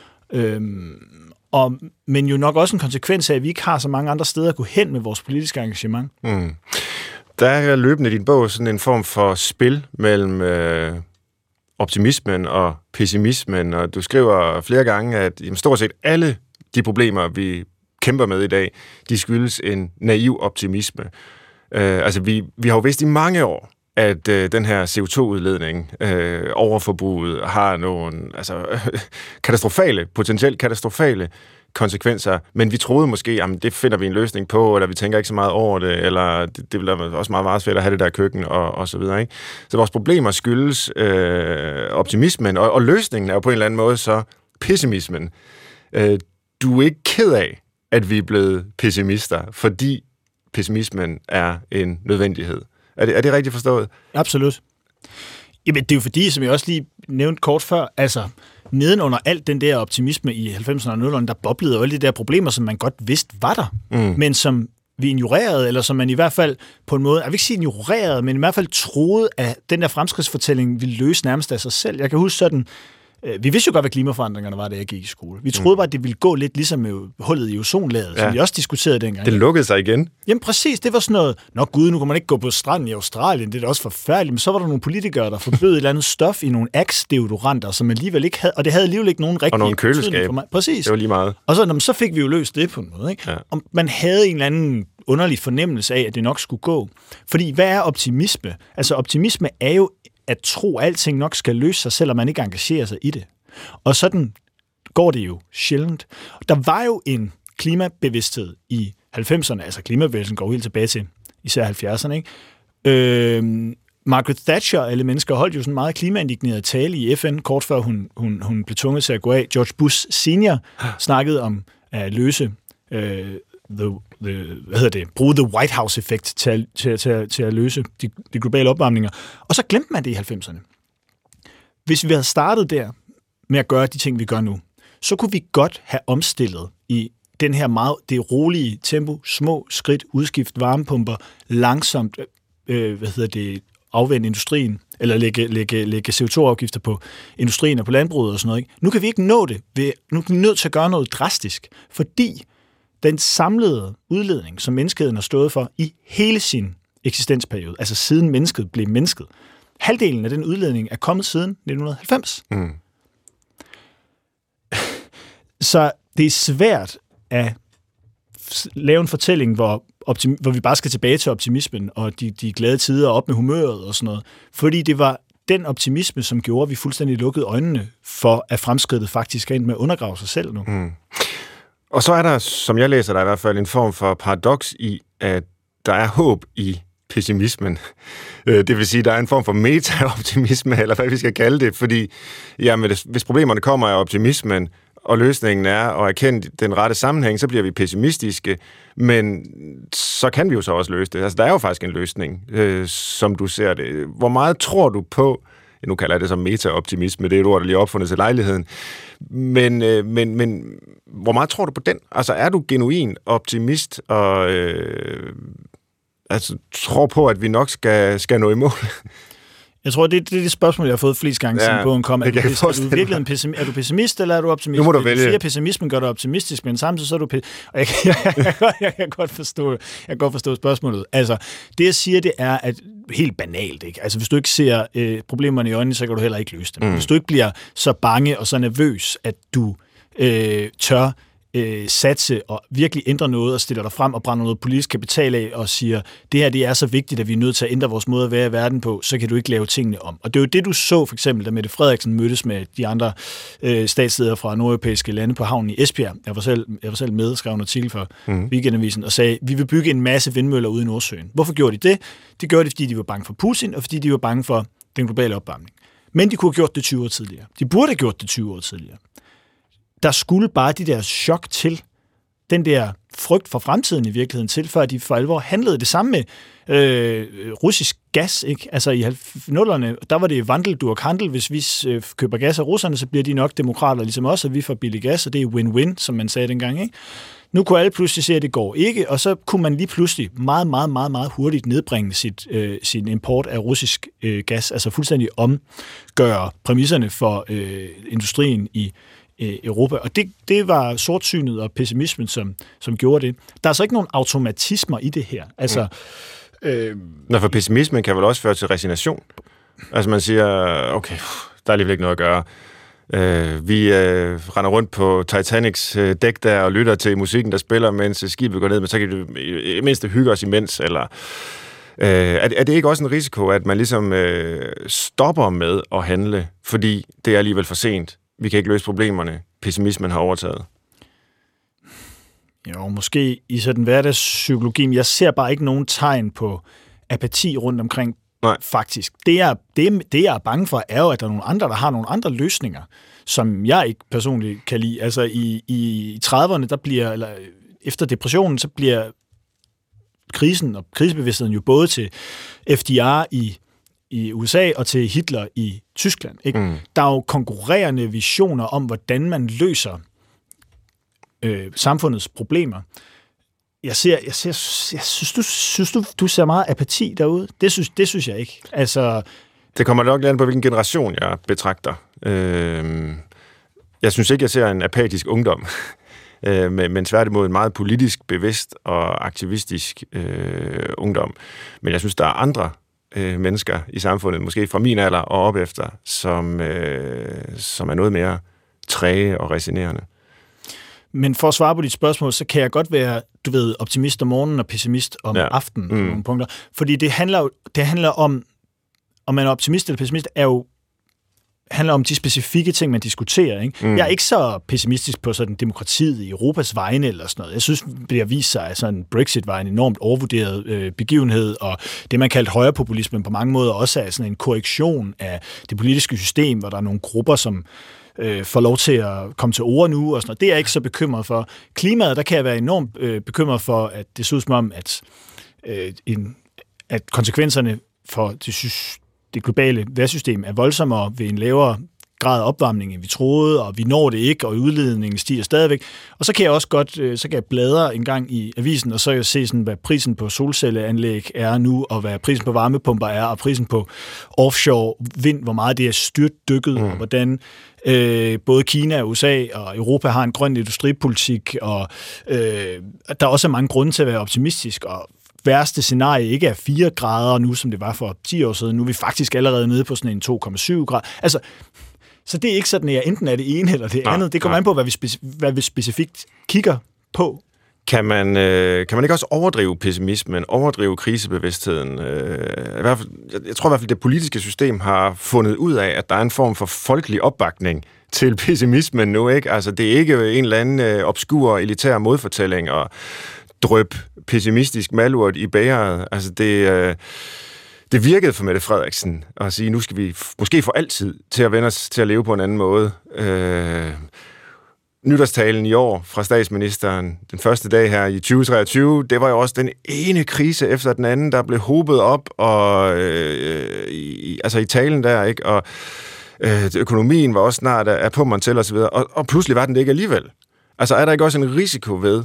Men jo nok også en konsekvens af, at vi ikke har så mange andre steder at gå hen med vores politiske engagement. Der er løbende i din bog sådan en form for spil mellem optimismen og pessimismen, og du skriver flere gange, at stort set alle de problemer, vi kæmper med i dag, de skyldes en naiv optimisme. Altså vi har jo vidst i mange år, at den her CO2-udledning, overforbruget, har nogle potentielt katastrofale konsekvenser, men vi troede måske, jamen det finder vi en løsning på, eller vi tænker ikke så meget over det, eller det vil også meget svært at have det der køkken, og så videre, ikke? Så vores problemer skyldes optimismen, og løsningen er jo på en eller anden måde så pessimismen. Du er ikke ked af, at vi er blevet pessimister, fordi pessimismen er en nødvendighed. Er det rigtigt forstået? Absolut. Jamen, det er jo fordi, som jeg også lige nævnte kort før, altså nedenunder alt den der optimisme i 90'erne og 00'erne, der boblede jo alle de der problemer, som man godt vidste var der, men som vi ignorerede, eller som man i hvert fald på en måde, jeg vil ikke sige ignorerede, men i hvert fald troede, at den der fremskridtsfortælling ville løse nærmest af sig selv. Jeg kan huske sådan, Vi vidste jo godt, hvad klimaforandringerne var, da jeg gik i skole. Vi troede bare, at det ville gå lidt ligesom med hullet i ozonlaget, som vi også diskuterede dengang. Det lukkede sig igen. Jamen præcis, det var sådan noget, nå gud, nu kan man ikke gå på stranden i Australien, det er da også forfærdeligt, men så var der nogle politikere, der forbød et eller andet stof i nogle Axe-deodoranter, som alligevel ikke havde, og det havde alligevel ikke nogen rigtig og nogle køleskab. For mig. Præcis. Det var lige meget. Og så fik vi jo løst det på en måde, ikke? Ja. Og man havde en eller anden underlig fornemmelse af, at det nok skulle gå. Fordi hvad er optimisme? Altså optimisme er jo at tro, at alting nok skal løse sig, selvom man ikke engagerer sig i det. Og sådan går det jo sjældent. Der var jo en klimabevidsthed i 90'erne, altså klimabevægelsen går helt tilbage til især 70'erne, ikke? Margaret Thatcher og alle mennesker holdt jo sådan en meget klimaindigneret tale i FN, kort før hun blev tvunget til at gå af. George Bush senior snakkede om at løse bruge the White House-effekt til at løse de globale opvarmninger. Og så glemte man det i 90'erne. Hvis vi havde startet der med at gøre de ting, vi gør nu, så kunne vi godt have omstillet i den her meget, det rolige tempo, små skridt, udskift varmepumper, langsomt, afvende industrien, eller lægge CO2-afgifter på industrien og på landbruget og sådan noget. Ikke? Nu kan vi ikke nå det. Nu er vi nødt til at gøre noget drastisk, fordi den samlede udledning, som menneskeheden har stået for i hele sin eksistensperiode, altså siden mennesket blev mennesket, halvdelen af den udledning er kommet siden 1990. Mm. Så det er svært at lave en fortælling, hvor vi bare skal tilbage til optimismen og de glade tider op med humøret og sådan noget. Fordi det var den optimisme, som gjorde, at vi fuldstændig lukkede øjnene for, at fremskridtet faktisk er endt med at undergrave sig selv nu. Mm. Og så er der, som jeg læser, der i hvert fald en form for paradoks i, at der er håb i pessimismen. Det vil sige, at der er en form for meta-optimisme, eller hvad vi skal kalde det, fordi jamen, hvis problemerne kommer af optimismen, og løsningen er at erkende den rette sammenhæng, så bliver vi pessimistiske, men så kan vi jo så også løse det. Altså, der er jo faktisk en løsning, som du ser det. Hvor meget tror du på, nu kalder jeg det som meta-optimisme, det er et ord, der lige er opfundet til lejligheden, men hvor meget tror du på den? Altså, er du genuin optimist, og tror på, at vi nok skal nå i mål? Jeg tror, det er det spørgsmål, jeg har fået flest gange siden bogen kom. Er du pessimist, eller er du optimist? Nu må du vælge. Du siger, pessimismen gør dig optimistisk, men samtidig så er du jeg kan godt forstå spørgsmålet. Altså, det jeg siger, det er at helt banalt, ikke? Altså, hvis du ikke ser problemerne i øjnene, så kan du heller ikke løse dem. Hvis du ikke bliver så bange og så nervøs, at du tør satse og virkelig ændre noget og stiller dig frem og brænder noget politisk kapital af og siger, det her det er så vigtigt, at vi er nødt til at ændre vores måde at være i verden på, så kan du ikke lave tingene om. Og det er jo det, du så for eksempel, da Mette Frederiksen mødtes med de andre statsledere fra nordeuropæiske lande på havnen i Esbjerg. Jeg var selv med og skrev en artikel for Weekendavisen og sagde, vi vil bygge en masse vindmøller ude i Nordsøen. Hvorfor gjorde de det? Det gjorde de, fordi de var bange for Putin, og fordi de var bange for den globale opvarmning. Men de kunne have gjort det 20 år tidligere. De burde have gjort det 20 år tidligere. Der skulle bare de der chok til, den der frygt for fremtiden i virkeligheden til, før de for alvor handlede. Det samme med russisk gas, ikke? Altså i 00'erne, der var det vandel, du og handel. Hvis vi køber gas af russerne, så bliver de nok demokrater ligesom os, og vi får billig gas, og det er win-win, som man sagde dengang, ikke? Nu kunne alle pludselig se, at det går ikke, og så kunne man lige pludselig meget, meget, meget, meget hurtigt nedbringe sin import af russisk gas, altså fuldstændig omgøre præmisserne for industrien i Europa. Og det var sortsynet og pessimismen, som gjorde det. Der er så ikke nogen automatismer i det her. Altså, for pessimismen kan vel også føre til resignation. Altså man siger, okay, der er alligevel ikke noget at gøre. Vi render rundt på Titanics dæk der og lytter til musikken, der spiller, mens skibet går ned, men så kan vi i mindste hygge os imens, eller er det ikke også en risiko, at man ligesom stopper med at handle, fordi det er alligevel for sent? Vi kan ikke løse problemerne. Pessimismen har overtaget. Jo, måske i sådan hverdagspsykologien. Jeg ser bare ikke nogen tegn på apati rundt omkring. Nej. Faktisk. Det jeg er bange for, er jo, at der er nogle andre, der har nogle andre løsninger, som jeg ikke personligt kan lide. Altså i 30'erne, eller efter depressionen, så bliver krisen og krisebevidstheden jo både til FDR i USA og til Hitler i Tyskland. Ikke? Mm. Der er jo konkurrerende visioner om, hvordan man løser samfundets problemer. Jeg synes, du ser meget apati derude. Det synes jeg ikke. Altså, det kommer nok lidt an på, hvilken generation jeg betragter. Jeg synes ikke, jeg ser en apatisk ungdom, men tværtimod en meget politisk bevidst og aktivistisk ungdom. Men jeg synes, der er andre mennesker i samfundet, måske fra min alder og op efter, som er noget mere træge og resignerende. Men for at svare på dit spørgsmål, så kan jeg godt være, optimist om morgenen og pessimist om aftenen på nogle punkter. Fordi det handler om man er optimist eller pessimist, handler om de specifikke ting, man diskuterer. Ikke? Jeg er ikke så pessimistisk på sådan demokratiet i Europas vegne eller sådan noget. Jeg synes, det har vist sig, at sådan Brexit var en enormt overvurderet begivenhed, og det, man kaldte højrepopulismen på mange måder, også er sådan en korrektion af det politiske system, hvor der er nogle grupper, som får lov til at komme til ord nu og sådan noget. Det er jeg ikke så bekymret for. Klimaet, der kan jeg være enormt bekymret for, at det ser ud som om, at konsekvenserne for det globale værsystem er voldsommere ved en lavere grad af opvarmning, end vi troede, og vi når det ikke, og udledningen stiger stadigvæk. Og så kan jeg også godt, så kan jeg bladre en gang i avisen, og så kan jeg se, sådan, hvad prisen på solcelleanlæg er nu, og hvad prisen på varmepumper er, og prisen på offshore vind, hvor meget det er styrtdykket, og hvordan både Kina, USA og Europa har en grøn industripolitik, og der er også mange grunde til at være optimistisk, og værste scenarie ikke er 4 grader nu, som det var for 10 år siden. Nu er vi faktisk allerede nede på sådan en 2,7 grader. Altså, så det er ikke sådan, at jeg enten er det ene eller det andet. Det kommer an på, hvad vi specifikt kigger på. Kan man ikke også overdrive pessimismen, overdrive krisebevidstheden? Jeg tror i hvert fald, det politiske system har fundet ud af, at der er en form for folkelig opbakning til pessimismen nu, ikke? Altså, det er ikke en eller anden obskur elitær modfortælling og drøb pessimistisk malurt i bægeret. Altså, det virkede for Mette Frederiksen at sige, nu skal vi måske for altid til at vende os til at leve på en anden måde. Nytårstalen i år fra statsministeren, den første dag her i 2023, det var jo også den ene krise efter den anden, der blev hobet op og i talen der, ikke? Og økonomien var også snart af pummeren til og så videre, og pludselig var den det ikke alligevel. Altså, er der ikke også en risiko ved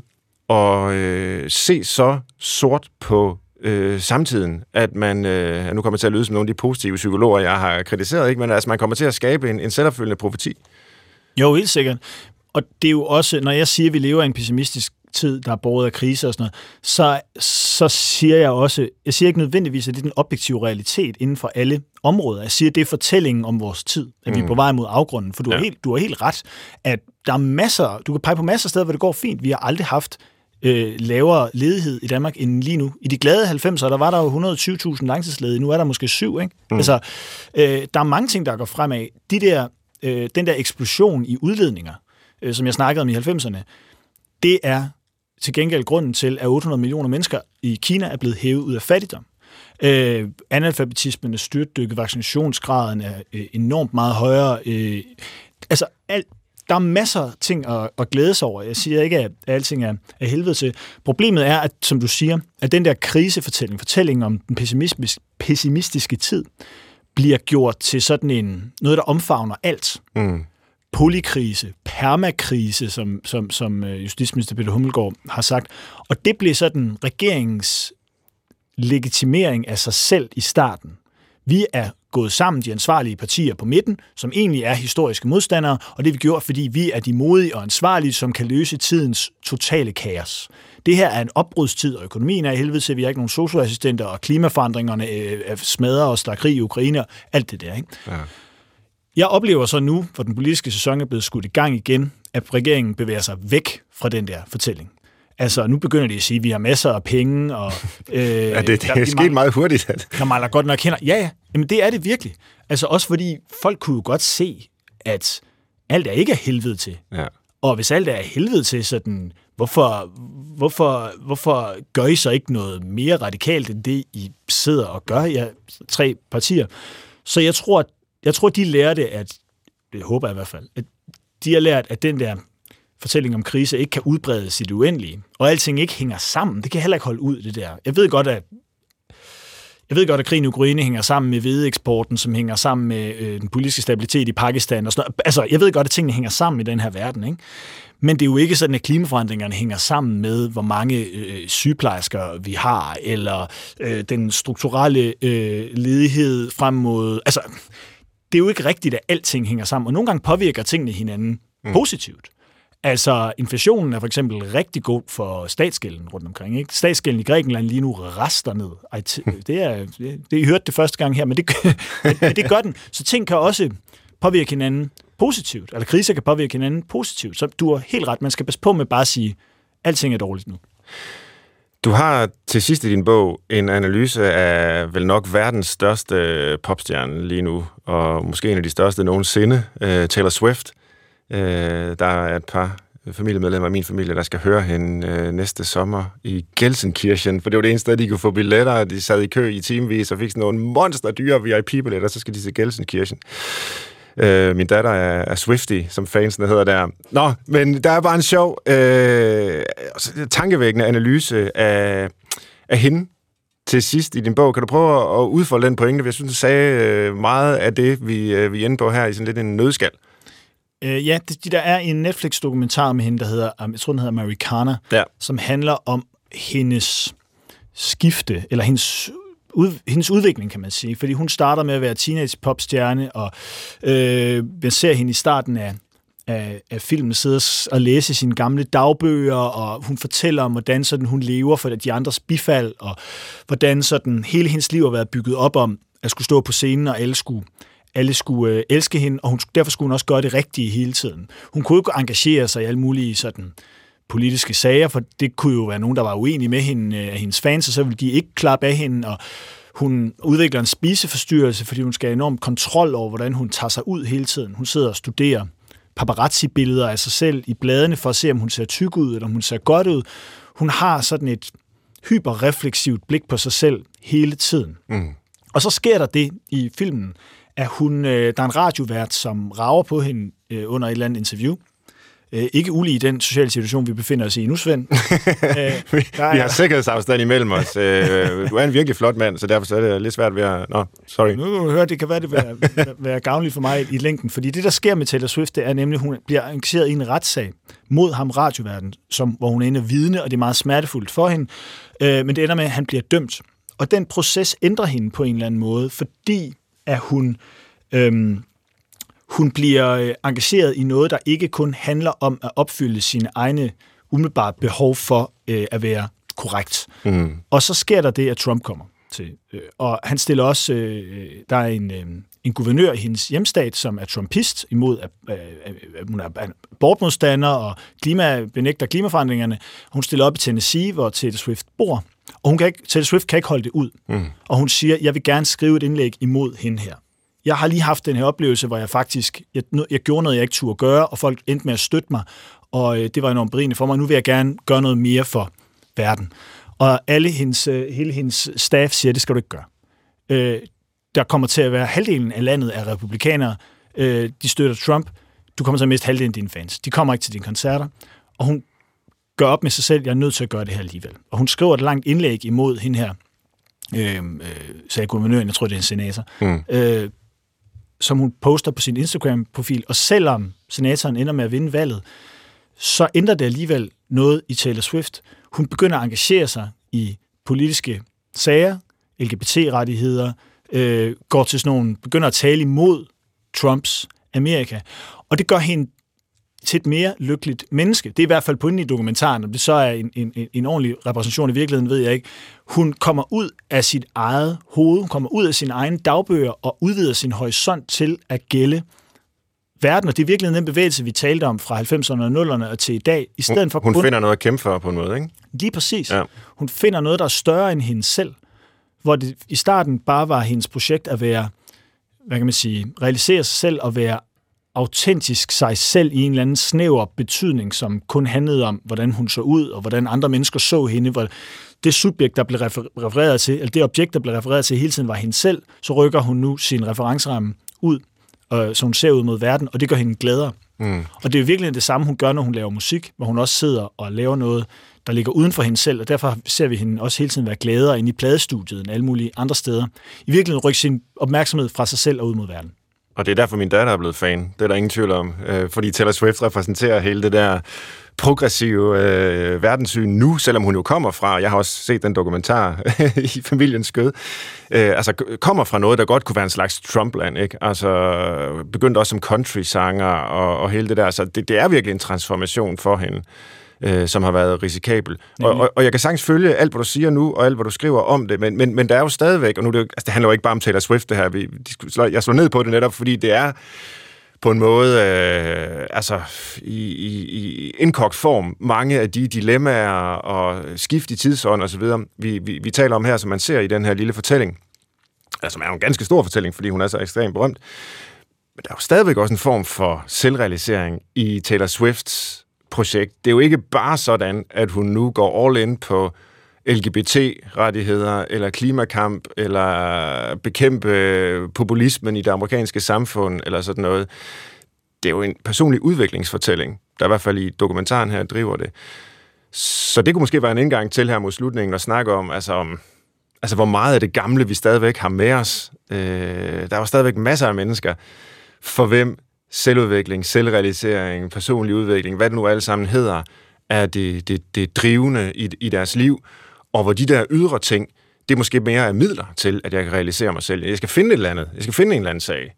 at se så sort på samtiden, at man, nu kommer jeg til at lyde som nogle af de positive psykologer, jeg har kritiseret, ikke? Men altså, man kommer til at skabe en selvopfyldende profeti. Jo, helt sikkert. Og det er jo også, når jeg siger, at vi lever i en pessimistisk tid, der er båret af kriser og sådan noget, så siger jeg også, jeg siger ikke nødvendigvis, at det er den objektive realitet inden for alle områder. Jeg siger, at det er fortællingen om vores tid, at vi er på vej mod afgrunden. For du har helt ret, at der er masser, du kan pege på masser af steder, hvor det går fint. Vi har aldrig haft lavere ledighed i Danmark end lige nu. I de glade 90'er, der var der jo 120.000 langtidsledige. Nu er der måske 7, ikke? Altså, der er mange ting, der går fremad. Den der eksplosion i udledninger, som jeg snakkede om i 90'erne, det er til gengæld grunden til, at 800 millioner mennesker i Kina er blevet hævet ud af fattigdom. Analfabetismen er styrtdykket, vaccinationsgraden er enormt meget højere. Der er masser af ting at glæde sig over. Jeg siger ikke, at alting er helvede til. Problemet er, at, som du siger, at den der fortællingen om den pessimistiske tid, bliver gjort til sådan noget, der omfavner alt. Polykrise, permakrise, som justitsminister Peter Hummelgaard har sagt. Og det blev sådan regeringens legitimering af sig selv i starten. Vi er gået sammen, de ansvarlige partier på midten, som egentlig er historiske modstandere, og det vi gjort, fordi vi er de modige og ansvarlige, som kan løse tidens totale kaos. Det her er en opbrudstid, og økonomien er i helvede til, vi har ikke nogen socioassistenter, og klimaforandringerne smadrer os, der er krig i Ukraine, og alt det der, ikke? Ja. Jeg oplever så nu, hvor den politiske sæson er blevet skudt i gang igen, at regeringen bevæger sig væk fra den der fortælling. Altså, nu begynder de at sige, at vi har masser af penge, og det er sket meget hurtigt. Der mangler godt nok hænder. Ja, jamen det er det virkelig. Altså også fordi folk kunne jo godt se, at alt er ikke er helvede til. Ja. Og hvis alt er helvede til, sådan, hvorfor gør I så ikke noget mere radikalt, end det I sidder og gør, 3 partier? Så jeg tror, de lærte, at det håber jeg i hvert fald, at de har lært, at den der fortælling om krise ikke kan udbredes i det uendelige, og alting ikke hænger sammen. Det kan heller ikke holde ud, det der. Jeg ved godt, at krigen i Ukraine hænger sammen med hvedeeksporten, som hænger sammen med den politiske stabilitet i Pakistan og sådan noget. Altså, jeg ved godt, at tingene hænger sammen i den her verden, ikke? Men det er jo ikke sådan, at klimaforandringerne hænger sammen med, hvor mange sygeplejersker vi har, eller den strukturelle ledighed frem mod... Altså, det er jo ikke rigtigt, at alting hænger sammen, og nogle gange påvirker tingene hinanden positivt. Altså, inflationen er for eksempel rigtig god for statsgælden rundt omkring. Ikke? Statsgælden i Grækenland lige nu raster ned. I hørte det første gang her, men det gør den. Så ting kan også påvirke hinanden positivt, eller kriser kan påvirke hinanden positivt. Så du har helt ret, man skal passe på med bare at sige, alting er dårligt nu. Du har til sidst i din bog en analyse af vel nok verdens største popstjerne lige nu, og måske en af de største nogensinde, Taylor Swift. Der er et par familiemedlemmer af min familie, der skal høre hende næste sommer i Gelsenkirchen, for det var det eneste sted, de kunne få billetter. De sad i kø i timevis og fik sådan nogle monsterdyre VIP-billetter, så skal de til Gelsenkirchen. Min datter er Swiftie, som fansene hedder der. Nå, men der er bare en sjov, tankevækkende analyse af hende til sidst i din bog. Kan du prøve at udfolde den pointe? Jeg synes, du sagde meget af det, vi er inde på her i sådan lidt en nødskal. Ja, der er en Netflix-dokumentar med hende, der hedder, jeg tror, den hedder Americana, som handler om hendes skifte, eller hendes udvikling, kan man sige. Fordi hun starter med at være teenage-popstjerne, og man ser hende i starten af filmen sidde og læse sine gamle dagbøger, og hun fortæller om, hvordan sådan hun lever for de andres bifald, og hvordan sådan hele hendes liv har været bygget op om at skulle stå på scenen, og alle skulle elske hende, og derfor skulle hun også gøre det rigtige hele tiden. Hun kunne ikke engagere sig i alle mulige sådan politiske sager, for det kunne jo være nogen, der var uenige med hende, af hendes fans, og så ville de ikke klappe af hende, og hun udvikler en spiseforstyrrelse, fordi hun skal have enorm kontrol over, hvordan hun tager sig ud hele tiden. Hun sidder og studerer paparazzi-billeder af sig selv i bladene, for at se, om hun ser tyk ud, eller om hun ser godt ud. Hun har sådan et hyperrefleksivt blik på sig selv hele tiden. Og så sker der det i filmen, at der er en radiovært, som rager på hende under et eller andet interview. Ikke ulig i den sociale situation, vi befinder os i nu, Svend. Vi har sikkerhedsafstand imellem os. Du er en virkelig flot mand, så derfor er det lidt svært ved at... sorry. Nu kan du høre, det kan være gavnligt for mig i længden, fordi det, der sker med Taylor Swift, det er nemlig, at hun bliver engageret i en retssag mod ham, radioværten, hvor hun ender vidne, og det er meget smertefuldt for hende. Men det ender med, at han bliver dømt. Og den proces ændrer hende på en eller anden måde, fordi at hun bliver engageret i noget, der ikke kun handler om at opfylde sine egne umiddelbare behov for at være korrekt. Og så sker der det, at Trump kommer til. Og han stiller også, der er en guvernør i hendes hjemstat, som er trumpist, imod at hun er abortmodstander og benægter klimaforandringerne. Hun stiller op i Tennessee, hvor Taylor Swift bor, og Taylor Swift kan ikke holde det ud. Og hun siger, jeg vil gerne skrive et indlæg imod hende her. Jeg har lige haft den her oplevelse, hvor jeg gjorde noget, jeg ikke turde gøre, og folk endte med at støtte mig, og det var enormt berigende for mig. Nu vil jeg gerne gøre noget mere for verden. Og hele hendes staff siger, det skal du ikke gøre. Der kommer til at være halvdelen af landet af republikanere. De støtter Trump. Du kommer til at miste halvdelen af dine fans. De kommer ikke til dine koncerter. Og hun gør op med sig selv, jeg er nødt til at gøre det her alligevel. Og hun skriver et langt indlæg imod hende her, sagde guvernøren, jeg tror, det er en senator, som hun poster på sin Instagram-profil, og selvom senatoren ender med at vinde valget, så ændrer det alligevel noget i Taylor Swift. Hun begynder at engagere sig i politiske sager, LGBT-rettigheder, går til sådan nogle, begynder at tale imod Trumps Amerika, og det gør hende til et mere lykkeligt menneske. Det er i hvert fald pointen i dokumentaren, og det så er en ordentlig repræsentation i virkeligheden, ved jeg ikke. Hun kommer ud af sit eget hoved, hun kommer ud af sine egne dagbøger og udvider sin horisont til at gælde verden, og det er virkelig den bevægelse, vi talte om fra 90'erne og 0'erne og til i dag. I stedet for hun finder noget at kæmpe for på en måde, ikke? Lige præcis. Ja. Hun finder noget, der er større end hende selv, hvor det i starten bare var hendes projekt at være, hvad kan man sige, realisere sig selv og være autentisk sig selv i en eller anden snæver betydning, som kun handlede om, hvordan hun så ud, og hvordan andre mennesker så hende. Hvor det subjekt, der blev refereret til, eller det objekt, der blev refereret til hele tiden, var hende selv, så rykker hun nu sin referenceramme ud, så hun ser ud mod verden, og det gør hende gladere. Og det er jo virkelig det samme, hun gør, når hun laver musik, hvor hun også sidder og laver noget, der ligger uden for hende selv, og derfor ser vi hende også hele tiden være gladere inde i pladestudiet end alle mulige andre steder. I virkeligheden rykker sin opmærksomhed fra sig selv og ud mod verden. Og det er derfor, min datter er blevet fan. Det er der ingen tvivl om. Fordi Taylor Swift repræsenterer hele det der progressive verdenssyn nu, selvom hun jo kommer fra, jeg har også set den dokumentar i familiens skød, altså kommer fra noget, der godt kunne være en slags Trumpland, ikke? Altså begyndte også som country-sanger og hele det der. Så det er virkelig en transformation for hende, som har været risikabel. Og jeg kan sagtens følge alt, hvad du siger nu, og alt, hvad du skriver om det, men der er jo stadigvæk, og nu det handler jo ikke bare om Taylor Swift, det her. Jeg slår ned på det netop, fordi det er på en måde, altså i indkogt form, mange af de dilemmaer og skift i tidsånd osv., vi taler om her, som man ser i den her lille fortælling, altså som er en ganske stor fortælling, fordi hun er så ekstremt berømt, men der er jo stadigvæk også en form for selvrealisering i Taylor Swifts projekt. Det er jo ikke bare sådan, at hun nu går all in på LGBT-rettigheder, eller klimakamp, eller bekæmpe populismen i det amerikanske samfund, eller sådan noget. Det er jo en personlig udviklingsfortælling, der i hvert fald i dokumentaren her driver det. Så det kunne måske være en indgang til her mod slutningen at snakke om, altså hvor meget af det gamle, vi stadigvæk har med os. Der er jo stadigvæk masser af mennesker, for hvem selvudvikling, selvrealisering, personlig udvikling, hvad det nu alle sammen hedder, er det drivende i deres liv, og hvor de der ydre ting, det måske mere er midler til, at jeg kan realisere mig selv. Jeg skal finde et eller andet. Jeg skal finde en eller anden sag.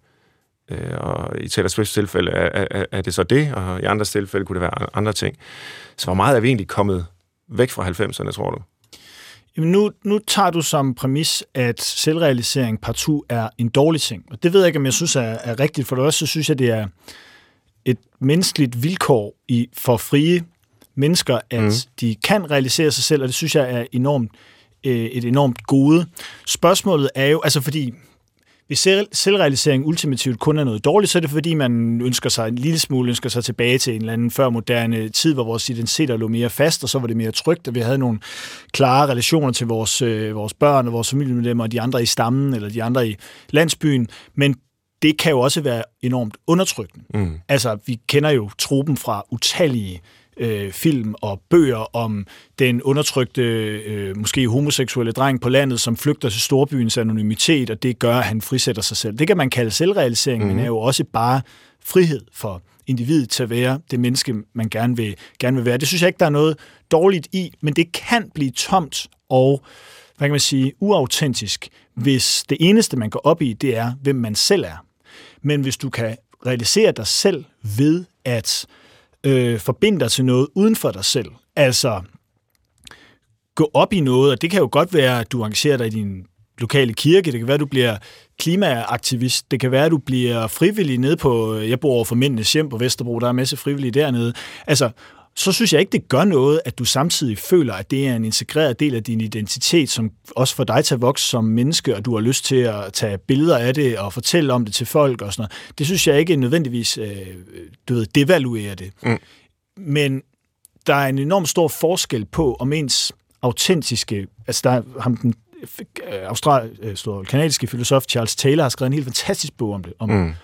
Og i Taylor Swifts tilfælde er det så det, og i andres tilfælde kunne det være andre ting. Så hvor meget er vi egentlig kommet væk fra 90'erne, tror du? Jamen nu tager du som præmis, at selvrealisering partout er en dårlig ting. Og det ved jeg ikke, om jeg synes er rigtigt. For det også så synes jeg, det er et menneskeligt vilkår for frie mennesker, at de kan realisere sig selv, og det synes jeg er et enormt gode. Spørgsmålet er jo, altså fordi hvis selvrealisering ultimativt kun er noget dårligt, så er det fordi, man ønsker sig tilbage til en eller anden førmoderne tid, hvor vores identiteter lå mere fast, og så var det mere trygt, og vi havde nogle klare relationer til vores børn og vores familiemedlemmer, og de andre i stammen, eller de andre i landsbyen, men det kan jo også være enormt undertrykkende. Altså, vi kender jo tropen fra utallige film og bøger om den undertrykte, måske homoseksuelle dreng på landet, som flygter til storbyens anonymitet, og det gør, at han frisætter sig selv. Det kan man kalde selvrealisering, men er jo også bare frihed for individet til at være det menneske, man gerne vil være. Det synes jeg ikke, der er noget dårligt i, men det kan blive tomt og, hvad kan man sige, uautentisk, hvis det eneste, man går op i, det er, hvem man selv er. Men hvis du kan realisere dig selv ved at forbinde dig til noget uden for dig selv. Altså, gå op i noget, og det kan jo godt være, at du engagerer dig i din lokale kirke, det kan være, at du bliver klimaaktivist, det kan være, at du bliver frivillig nede på, jeg bor over for Mændenes Hjem på Vesterbro, der er en masse frivillige dernede. Altså, så synes jeg ikke, det gør noget, at du samtidig føler, at det er en integreret del af din identitet, som også får dig til at vokse som menneske, og du har lyst til at tage billeder af det og fortælle om det til folk og sådan noget. Det synes jeg ikke nødvendigvis, devaluerer det. Men der er en enormt stor forskel på, om ens autentiske, altså der er ham den kanadiske filosof Charles Taylor har skrevet en helt fantastisk bog om det,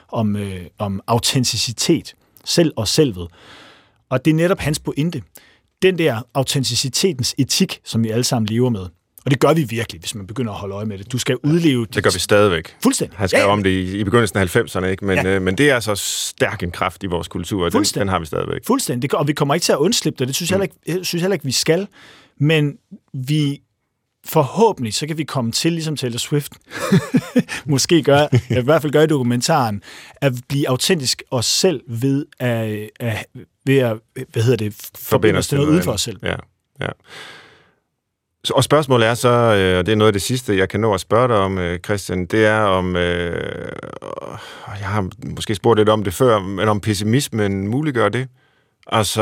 om autenticitet, selv og selvet. Og det er netop hans pointe. Den der autenticitetens etik, som vi alle sammen lever med. Og det gør vi virkelig, hvis man begynder at holde øje med det. Du skal udleve... Det gør vi stadigvæk. Fuldstændig. Han skrev om det i begyndelsen af 90'erne, ikke? Men det er så stærk en kraft i vores kultur, og den har vi stadigvæk. Fuldstændig. Og vi kommer ikke til at undslippe det. Det synes jeg heller ikke, vi skal. Men vi... Forhåbentlig, så kan vi komme til, ligesom Taylor Swift, måske gøre, i hvert fald gøre i dokumentaren, at blive autentisk os selv ved at forbinde os til noget uden for os selv. Ja. Og spørgsmålet er så, og det er noget af det sidste, jeg kan nå at spørge dig om, Christian, det er om, jeg har måske spurgt lidt om det før, men om pessimismen muliggør det. Altså,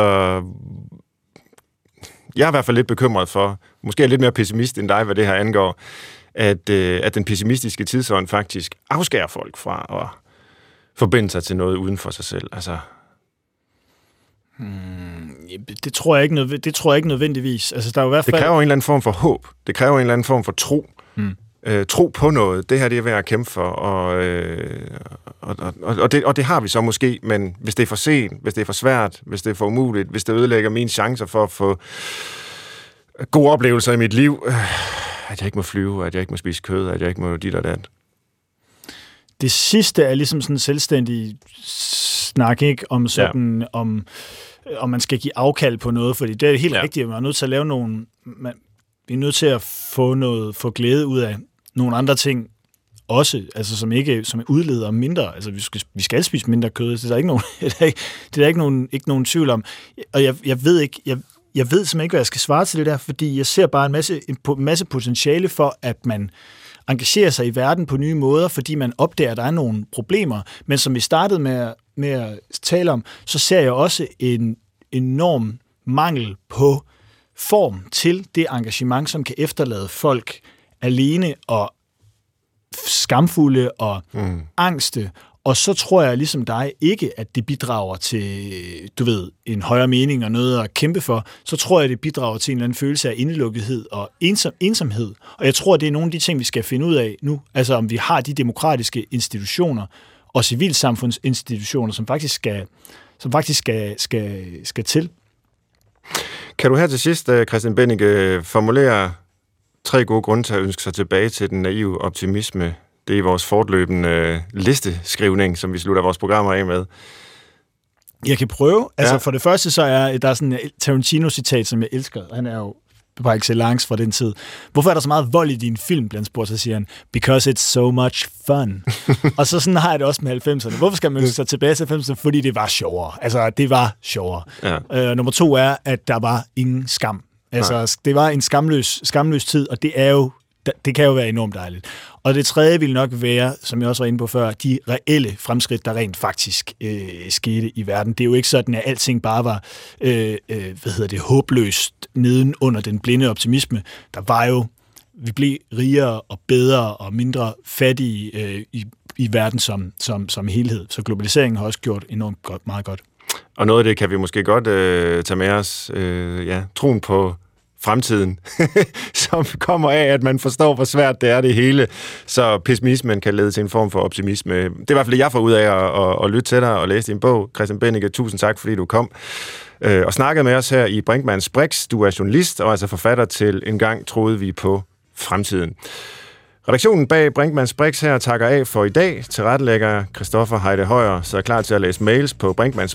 jeg er i hvert fald lidt bekymret for, måske er lidt mere pessimist end dig, hvad det her angår, at den pessimistiske tidsånd faktisk afskærer folk fra at forbinde sig til noget uden for sig selv. Altså. Det tror jeg ikke nødvendigvis. Altså, der er i hvert fald... Det kræver en eller anden form for håb. Det kræver en eller anden form for tro. Tro på noget. Det her, det er værd at kæmpe for. Og det har vi så måske, men hvis det er for sent, hvis det er for svært, hvis det er for umuligt, hvis det ødelægger mine chancer for at få gode oplevelser i mit liv, at jeg ikke må flyve, at jeg ikke må spise kød, at jeg ikke må dit og dat. det sidste er ligesom sådan en selvstændig snak, ikke? Om sådan, om man skal give afkald på noget, fordi det er helt rigtigt, man er nødt til at lave vi er nødt til at få glæde ud af nogle andre ting også, altså som udleder mindre, altså vi skal spise mindre kød, det er der ikke nogen, det er ikke nogen tvivl om, og jeg ved simpelthen ikke, hvad jeg skal svare til det der, fordi jeg ser bare en masse potentiale for, at man engagerer sig i verden på nye måder, fordi man opdager, at der er nogle problemer, men som vi startede med at tale om, så ser jeg også en enorm mangel på form til det engagement, som kan efterlade folk alene og skamfulde og angste. Og så tror jeg ligesom dig ikke, at det bidrager til, en højere mening og noget at kæmpe for. Så tror jeg, det bidrager til en eller anden følelse af indelukkethed og ensomhed. Og jeg tror, det er nogle af de ting, vi skal finde ud af nu. Altså om vi har de demokratiske institutioner og civilsamfundsinstitutioner, som faktisk skal til. Kan du her til sidst, Christian Bennike, formulere 3 gode grunde til at ønske sig tilbage til den naive optimisme? Det er vores fortløbende listeskrivning, som vi slutter vores programmer af med. Jeg kan prøve. Altså for det første, så er der sådan et Tarantino-citat, som jeg elsker. Han er jo par excellence fra den tid. Hvorfor er der så meget vold i din film, blandt spurgt, så siger han, because it's so much fun. Og så sådan har jeg det også med 90'erne. Hvorfor skal man så tilbage til 90'erne? Fordi det var sjovere. Altså, det var sjovere. Ja. Nummer 2 er, at der var ingen skam. Altså, det var en skamløs tid, og det kan jo være enormt dejligt. Og det tredje vil nok være, som jeg også var inde på før, de reelle fremskridt, der rent faktisk skete i verden. Det er jo ikke sådan, at alting bare var håbløst neden under den blinde optimisme. Der var jo, vi blev rigere og bedre og mindre fattige i verden som helhed. Så globaliseringen har også gjort enormt meget godt. Og noget af det kan vi måske godt tage med os. Troen på fremtiden, som kommer af, at man forstår, hvor svært det er det hele. Så pessimismen kan lede til en form for optimisme. Det er i hvert fald det, jeg får ud af at lytte til dig og læse din bog. Christian Bennike, tusind tak, fordi du kom og snakkede med os her i Brinkmanns Brix. Du er journalist og altså forfatter til Engang troede vi på fremtiden. Redaktionen bag Brinkmanns Brix her takker af for i dag. Tilrettelægger Christoffer Heide Højer, så er klar til at læse mails på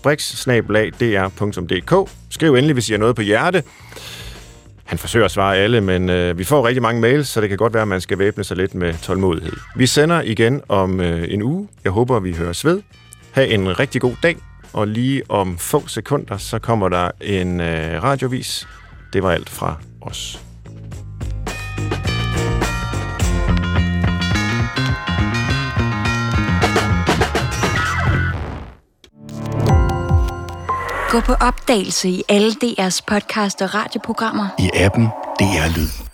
brinkmannsbrix@dr.dk. Skriv endelig, hvis I har noget på hjerte. Han forsøger at svare alle, men vi får rigtig mange mails, så det kan godt være, at man skal væbne sig lidt med tålmodighed. Vi sender igen om en uge. Jeg håber, vi høres ved. Ha' en rigtig god dag, og lige om få sekunder, så kommer der en radiovis. Det var alt fra os. Gå på opdagelse i alle DR's podcast og radioprogrammer. I appen DR Lyd.